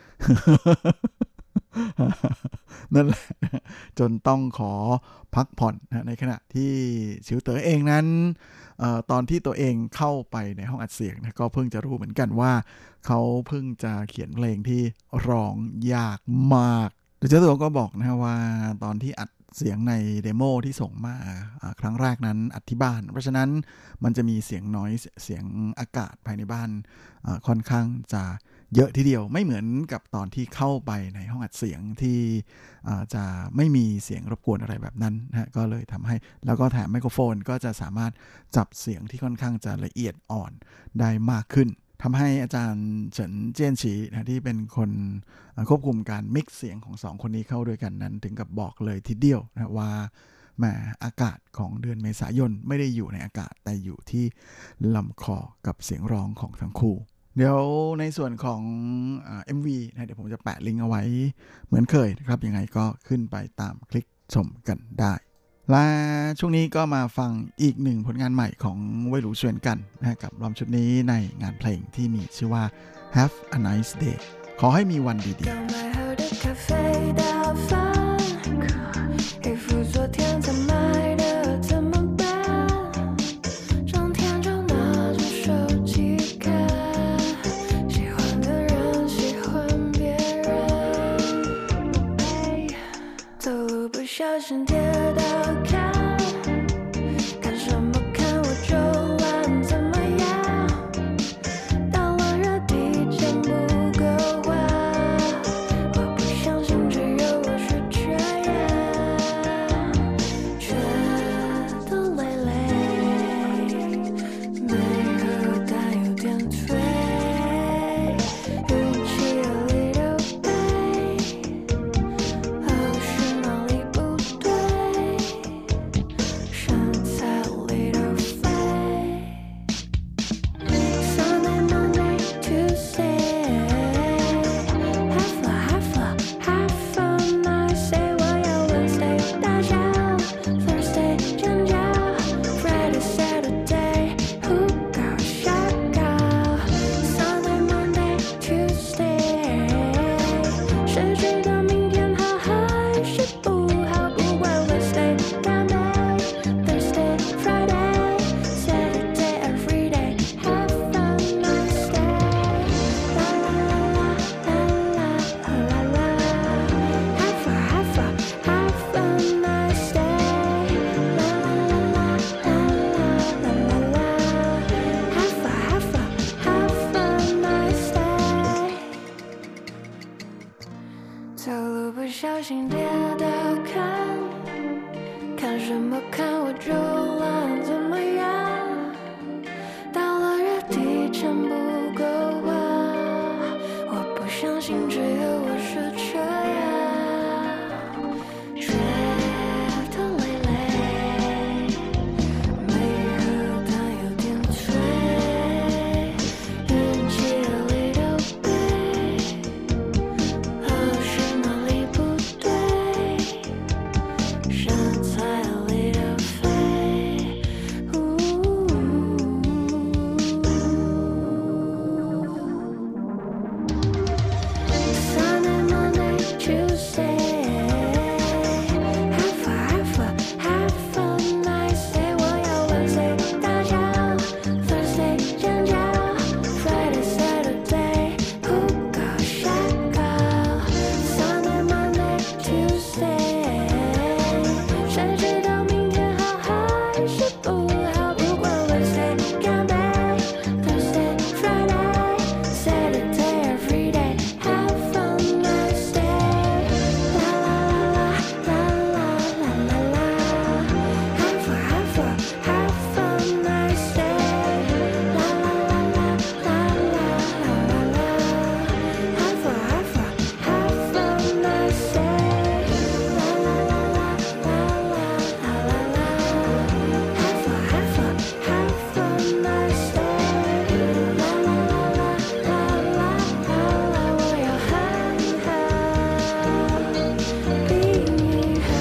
นั่นแหละจนต้องขอพักผ่อนนะในขณะที่ชิวเต๋อเองนั้นตอนที่ตัวเองเข้าไปในห้องอัดเสียงนะก็เพิ่งจะรู้เหมือนกันว่าเขาเพิ่งจะเขียนเพลงที่ร้องยากมากโดยเจ้าตัวก็บอกนะว่าตอนที่อัดเสียงในเดโมที่ส่งมาครั้งแรกนั้นอัดที่บ้านเพราะฉะนั้นมันจะมีเสียงน้อยเสียงอากาศภายในบ้านค่อนข้างจะเยอะทีเดียวไม่เหมือนกับตอนที่เข้าไปในห้องอัดเสียงที่จะไม่มีเสียงรบกวนอะไรแบบนั้นนะก็เลยทำให้แล้วก็แถมไมโครโฟนก็จะสามารถจับเสียงที่ค่อนข้างจะละเอียดอ่อนได้มากขึ้นทำให้อาจารย์เฉินเจี้ยนฉีนะที่เป็นคนควบคุมการมิกซ์เสียงของ2คนนี้เข้าด้วยกันนั้นถึงกับบอกเลยทีเดียวนะว่าแหมอากาศของเดือนเมษายนไม่ได้อยู่ในอากาศแต่อยู่ที่ลำคอกับเสียงร้องของทั้งคู่เดี๋ยวในส่วนของMV นะเดี๋ยวผมจะแปะลิงก์เอาไว้เหมือนเคยนะครับยังไงก็ขึ้นไปตามคลิกชมกันได้และช่วงนี้ก็มาฟังอีกหนึ่งผลงานใหม่ของเว่ยหรูเฉียนกันนะกับรอบชุดนี้ในงานเพลงที่มีชื่อว่า Have a Nice Day ขอให้มีวันดีๆ小心跌倒看看什么看我就玩怎么样到了热地渐不够滑我不相信只有我是这样觉得累累没有但有点醉语气有理有悲好是哪里不对走路不小心跌倒看什么看我就烂怎么样，到了热地撑不够啊，我不相信只有我是这样，觉得累累，没热但有点醉，运气里都背，好是哪里不对，身材里的肥Sunday, Monday, Tuesday Have a nice day 我要 Wednesday 大叫 Thursday 尖叫 Friday, Saturday 胡搞瞎搞 Sunday, Monday, Tuesday 谁知道明天好还是不好不管 Wednesday 干杯 Thursday, Friday, Saturday Everyday Have a nice day La la la la la la la la Have a nice day La la la la la la la la la Have a nice day La la la la la la la la la Have a nice day La la la la la la la la 我要狠狠比你狠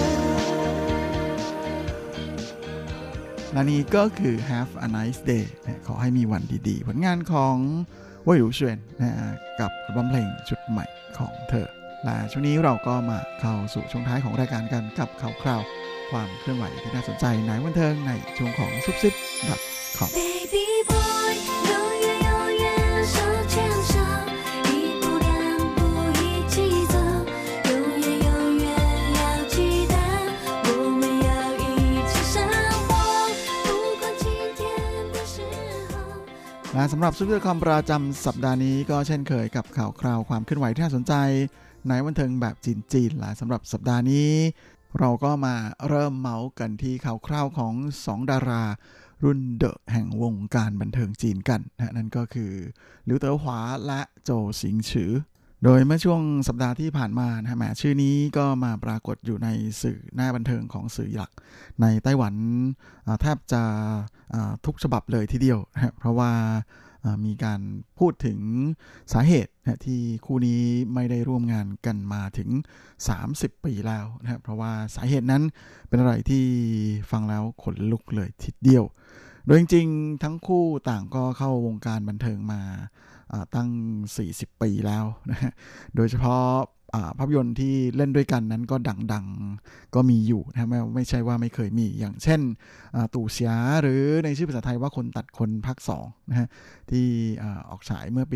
และนี่ก็คือ Have a nice day ขอให้มีวันดีๆผลงานของเว่ยหลูเสวียนกับอัลบั้มเพลงชุดใหม่ของเธอและช่วงนี้เราก็มาเข้าสู่ช่วงท้ายของรายการกันกับข่าวคราวความเคลื่อนไหวที่น่าสนใจในวันเทิงในช่วงของซุปซิป.com Baby boy 永远永远手牵手一步两步一起走永远永远要记得我们要一起生活不管晴天的时候และสำหรับซุปซิป.com ประจำสัปดาห์นี้ก็เช่นเคยกับข่าวคราวความเคลื่อนไหวที่น่าสนใจในวันเทิงแบบจีนๆและสำหรับสัปดาห์นี้เราก็มาเริ่มเมาส์กันที่ข่าวคราวของ2ดารารุ่นเดอะแห่งวงการบันเทิงจีนกันนั่นก็คือหลิวเต๋อหวาและโจสิงฉือโดยเมื่อช่วงสัปดาห์ที่ผ่านมาแหมชื่อนี้ก็มาปรากฏอยู่ในสื่อหน้าบันเทิงของสื่อหลักในไต้หวันแทบจะทุกฉบับเลยทีเดียวเพราะว่ามีการพูดถึงสาเหตุที่คู่นี้ไม่ได้ร่วมงานกันมาถึง30ปีแล้วนะครับเพราะว่าสาเหตุนั้นเป็นอะไรที่ฟังแล้วขนลุกเลยทีเดียวโดยจริงๆทั้งคู่ต่างก็เข้าวงการบันเทิงมาตั้ง40ปีแล้วนะฮะโดยเฉพาะภาพยนตร์ที่เล่นด้วยกันนั้นก็ดังๆก็มีอยู่นะไม่ใช่ว่าไม่เคยมีอย่างเช่นตู่เสียหรือในชื่อภาษาไทยว่าคนตัดคนภาค2นะฮะที่ออกฉายเมื่อปี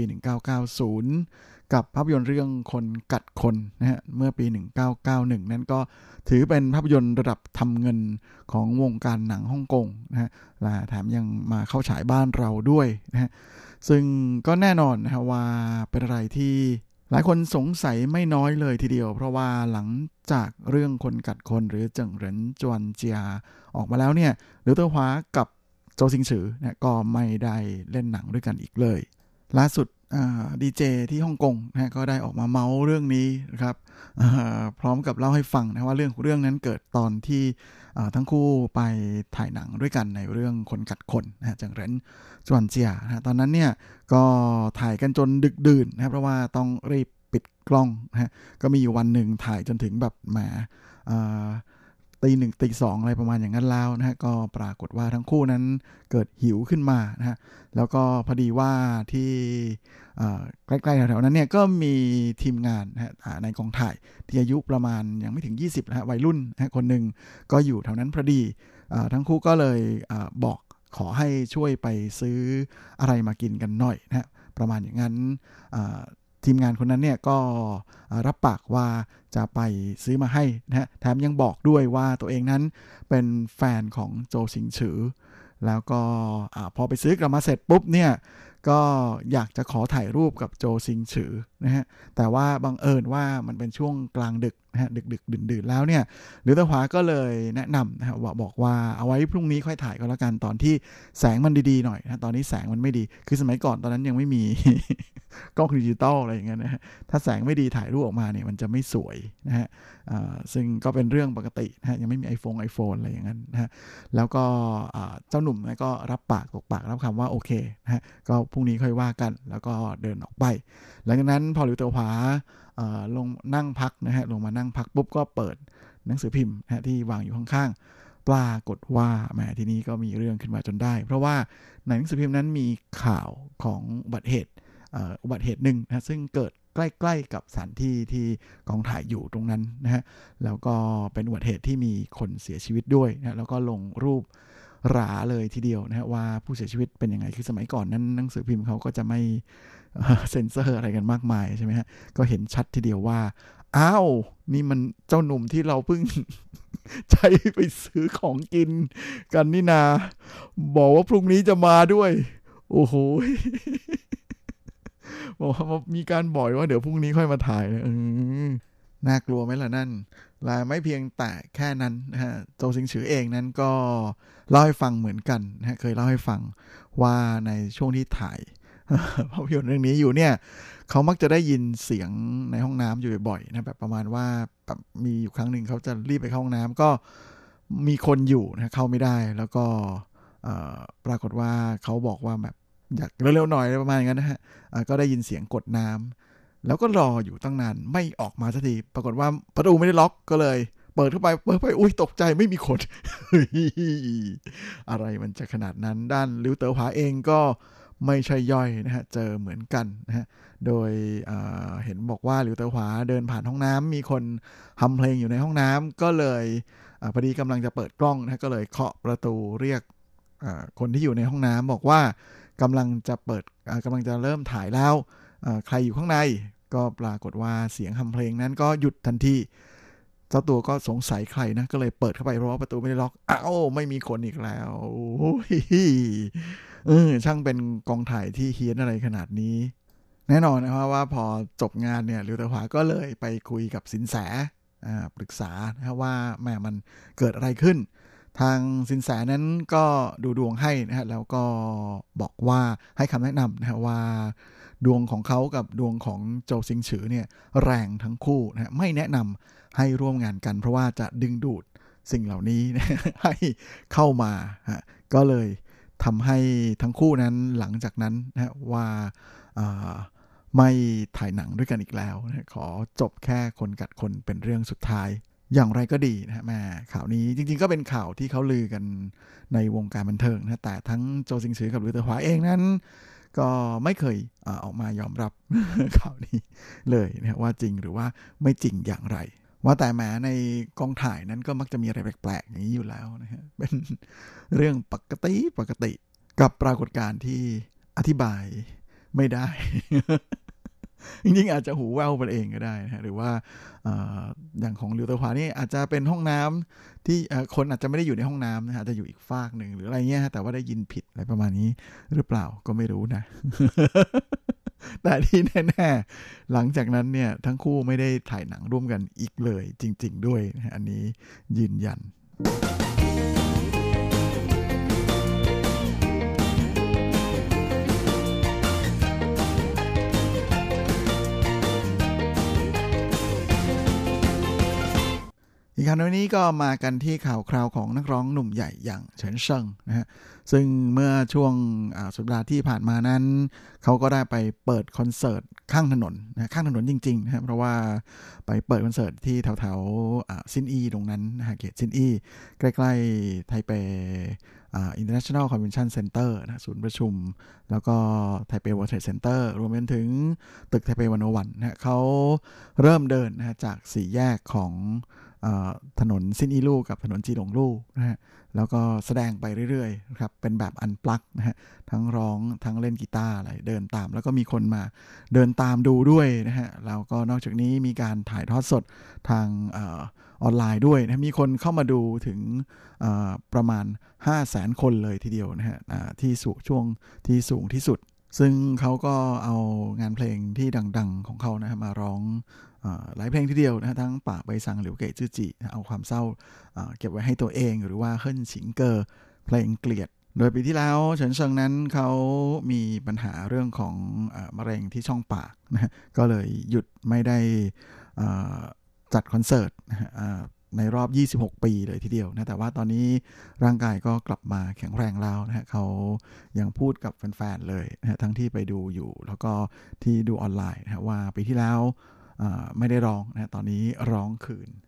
1990กับภาพยนตร์เรื่องคนกัดคนนะฮะเมื่อปี1991นั้นก็ถือเป็นภาพยนตร์ระดับทำเงินของวงการหนังฮ่องกงนะฮะและแถมยังมาเข้าฉายบ้านเราด้วยนะฮะซึ่งก็แน่นอนนะฮะว่าเป็นอะไรที่หลายคนสงสัยไม่น้อยเลยทีเดียวเพราะว่าหลังจากเรื่องคนกัดคนหรือเจิ่งเหรินจวนเจียออกมาแล้วเนี่ยหลิวเต๋อหวากับโจซิงฉือเนี่ยก็ไม่ได้เล่นหนังด้วยกันอีกเลยล่าสุดดีเจที่ฮ่องกงนะก็ได้ออกมาเมาส์เรื่องนี้นะครับพร้อมกับเล่าให้ฟังนะว่าเรื่องนั้นเกิดตอนที่ทั้งคู่ไปถ่ายหนังด้วยกันในเรื่องคนกัดคนนะฮะเจิ่งเหรินจวนเจียนะตอนนั้นเนี่ยก็ถ่ายกันจนดึกดื่นนะเพราะว่าต้องรีบปิดกล้องนะฮะก็มีอยู่วันหนึ่งถ่ายจนถึงแบบแหมตี 1ตี 2อะไรประมาณอย่างนั้นแล้วนะฮะก็ปรากฏว่าทั้งคู่นั้นเกิดหิวขึ้นมานะฮะแล้วก็พอดีว่าที่ใกล้ๆแถวๆนั้นเนี่ยก็มีทีมงานนะฮะในกองถ่ายที่อายุประมาณยังไม่ถึง20นะฮะวัยรุ่นนะคนหนึ่งก็อยู่แถวนั้นพอดีทั้งคู่ก็เลยบอกขอให้ช่วยไปซื้ออะไรมากินกันหน่อยนะฮะประมาณอย่างนั้นทีมงานคนนั้นเนี่ยก็รับปากว่าจะไปซื้อมาให้นะฮะแถมยังบอกด้วยว่าตัวเองนั้นเป็นแฟนของโจซิงฉือแล้วก็พอไปซื้อกลับมาเสร็จปุ๊บเนี่ยก็อยากจะขอถ่ายรูปกับโจซิงฉือนะฮะแต่ว่าบังเอิญว่ามันเป็นช่วงกลางดึกนะฮะดึกดื่นๆแล้วเนี่ยหลิวเต๋อหวาก็เลยแนะนำนะฮะบอกว่าเอาไว้พรุ่งนี้ค่อยถ่ายก็แล้วกันตอนที่แสงมันดีๆหน่อยนะตอนนี้แสงมันไม่ดีคือสมัยก่อนตอนนั้นยังไม่มี กล้องดิจิตอลอะไรอย่างเงี้ยนะฮะถ้าแสงไม่ดีถ่ายรูปออกมาเนี่ยมันจะไม่สวยนะฮะซึ่งก็เป็นเรื่องปกตินะฮะยังไม่มี iPhone อะไรอย่างนั้นนะฮะแล้วก็เจ้าหนุ่มก็รับปากตกปากรับคำว่าโอเคนะฮะก็พรุ่งนี้ค่อยว่ากันแล้วก็เดินออกไปหลังจากนั้นพอหลิวเต๋อหวาลงนั่งพักนะฮะลงมานั่งพักปุ๊บก็เปิดหนังสือพิมพ์นะฮะที่วางอยู่ข้างๆปรากฏว่าแหมทีนี้ก็มีเรื่องขึ้นมาจนได้เพราะว่าในหนังสือพิมพ์นั้นมีข่าวของอุบัติเหตุหนึ่งนะซึ่งเกิดใกล้ๆกับสถานที่ที่กองถ่ายอยู่ตรงนั้นนะฮะแล้วก็เป็นอุบัติเหตุที่มีคนเสียชีวิตด้วยนะแล้วก็ลงรูปหราเลยทีเดียวนะฮะว่าผู้เสียชีวิตเป็นยังไงคือสมัยก่อนนั้นหนังสือพิมพ์เขาก็จะไม่เซ็นเซอร์อะไรกันมากมายใช่ไหมฮะก็เห็นชัดทีเดียวว่าอ้าวนี่มันเจ้าหนุ่มที่เราเพิ่ง ใช้ไปซื้อของกินกันนี่นาบอกว่าพรุ่งนี้จะมาด้วยโอ้โห บอกว่ามีการบอกว่าเดี๋ยวพรุ่งนี้ค่อยมาถ่ายน่ากลัวไหมล่ะนั่นและไม่เพียงแต่แค่นั้นนะฮะโจซิงฉือเองนั้นก็เล่าให้ฟังเหมือนกันนะฮะเคยเล่าให้ฟังว่าในช่วงที่ถ่ายภาพยนตร์เรื่องนี้อยู่เนี่ยเขามักจะได้ยินเสียงในห้องน้ำอยู่บ่อยๆนะแบบประมาณว่าแบบมีอยู่ครั้งหนึ่งเขาจะรีบไปเข้าห้องน้ำก็มีคนอยู่นะเข้าไม่ได้แล้วก็ปรากฏว่าเขาบอกว่าแบบอยากเร็วๆหน่อยประมาณนั้นนะฮะก็ได้ยินเสียงกดน้ำแล้วก็รออยู่ตั้งนานไม่ออกมาสักทีปรากฏว่าประตูไม่ได้ล็อกก็เลยเปิดเข้าไปอุ้ยตกใจไม่มีคน อะไรมันจะขนาดนั้นด้านหลิวเต๋อหวาเองก็ไม่ใช่ย่อยนะฮะเจอเหมือนกันนะฮะโดยเห็นบอกว่าหลิวเต๋อหวาเดินผ่านห้องน้ำมีคนทำเพลงอยู่ในห้องน้ำก็เลยพอดีกำลังจะเปิดกล้องนะก็เลยเคาะประตูเรียกคนที่อยู่ในห้องน้ำบอกว่ากำลังจะเริ่มถ่ายแล้วใครอยู่ข้างในก็ปรากฏว่าเสียงทำเพลงนั้นก็หยุดทันทีเจ้าตัวก็สงสัยใครนะก็เลยเปิดเข้าไปเพราะว่าประตูไม่ได้ล็อกอ้าวไม่มีคนอีกแล้วโอ้ยช่างเป็นกองถ่ายที่เฮี้ยนอะไรขนาดนี้แน่นอนนะครับว่าพอจบงานเนี่ยหลิวเต๋อหวาก็เลยไปคุยกับสินแสปรึกษานะครับว่าแม่มันเกิดอะไรขึ้นทางสินแสนั้นก็ดูดวงให้นะฮะแล้วก็บอกว่าให้คำแนะนำนะฮะว่าดวงของเขากับดวงของโจซิงฉือเนี่ยแรงทั้งคู่นะไม่แนะนำให้ร่วมงานกันเพราะว่าจะดึงดูดสิ่งเหล่านี้นะให้เข้ามาก็เลยทำให้ทั้งคู่นั้นหลังจากนั้นนะว่าไม่ถ่ายหนังด้วยกันอีกแล้วนะขอจบแค่คนกัดคนเป็นเรื่องสุดท้ายอย่างไรก็ดีนะฮะแม่ข่าวนี้จริงๆก็เป็นข่าวที่เขาลือกันในวงการบันเทิงนะแต่ทั้งโจซิงฉือกับหลิวเต๋อหวาเองนั้นก็ไม่เคยออกมายอมรับ ข่าวนี้เลยนะว่าจริงหรือว่าไม่จริงอย่างไรว่าแต่แม้ในกองถ่ายนั้นก็มักจะมีอะไรแปลกๆอย่างนี้อยู่แล้วนะฮะเป็นเรื่องปกติกับปรากฏการณ์ที่อธิบายไม่ได้ จริงๆอาจจะหูแว่วไปเองก็ได้นะหรือว่าอย่างของหลิวเต๋อหวานี่อาจจะเป็นห้องน้ำที่คนอาจจะไม่ได้อยู่ในห้องน้ำนะฮะจะอยู่อีกฟากหนึ่งหรืออะไรเงี้ยแต่ว่าได้ยินผิดอะไรประมาณนี้หรือเปล่าก็ไม่รู้นะ แต่ที่แน่ๆหลังจากนั้นเนี่ยทั้งคู่ไม่ได้ถ่ายหนังร่วมกันอีกเลยจริงๆด้วยนะอันนี้ยืนยันอีกคราวนี้ก็มากันที่ข่าวคราวของนักร้องหนุ่มใหญ่อย่างเฉินเซิงนะฮะซึ่งเมื่อช่วงสัปดาห์ที่ผ่านมานั้นเขาก็ได้ไปเปิดคอนเสิร์ตข้างถนนนะข้างถนนจริงๆนะเพราะว่าไปเปิดคอนเสิร์ตที่แถวๆซินอีตรงนั้นนะฮะเขตซินอีใกล้ๆไทเปInternational Convention Center นะศูนย์ประชุมแล้วก็ไทเป World Trade Center รวมไปถึงตึกไทเป101นะเขาเริ่มเดินนะจาก4แยกของถนนซินอีลู่กับถนนจีหลงลู่นะฮะแล้วก็แสดงไปเรื่อยๆนะครับเป็นแบบอันปลั๊กนะฮะทั้งร้องทั้งเล่นกีตาร์อะไรเดินตามแล้วก็มีคนมาเดินตามดูด้วยนะฮะแล้วก็นอกจากนี้มีการถ่ายทอดสดทางออนไลน์ด้วยนะมีคนเข้ามาดูถึงประมาณ 500,000 คนเลยทีเดียวนะฮะที่ช่วงที่สูงที่สุดซึ่งเขาก็เอางานเพลงที่ดังๆของเขานะมาร้องหลายเพลงทีเดียวนะทั้งป่าใบซังหลิวเก๋จื้อจีเอาความเศร้าเก็บไว้ให้ตัวเองหรือว่าเฮิ่นฉิงเกอเพลงเกลียดโดยปีที่แล้วเฉินเซิงนั้นเขามีปัญหาเรื่องของมะเร็งที่ช่องปากนะก็เลยหยุดไม่ได้จัดคอนเสิร์ตในรอบ26ปีเลยทีเดียวนะแต่ว่าตอนนี้ร่างกายก็กลับมาแข็งแรงแล้วนะเขายังพูดกับแฟนๆเลยนะทั้งที่ไปดูอยู่แล้วก็ที่ดูออนไลน์นะว่าปีที่แล้วไม่ได้ร้องนะตอนนี้ร้องคืน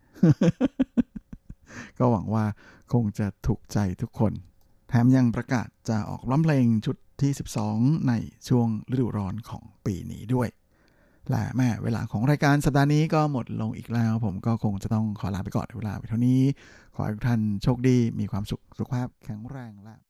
ก็หวังว่าคงจะถูกใจทุกคนแถมยังประกาศจะออกร้องเพลงชุดที่12ในช่วงฤดูร้อนของปีนี้ด้วยและแม่เวลาของรายการสัปดาห์นี้ก็หมดลงอีกแล้วผมก็คงจะต้องขอลาไปก่อนเวลาไปเท่านี้ขอให้ทุกท่านโชคดีมีความสุขสุขภาพแข็งแรงและ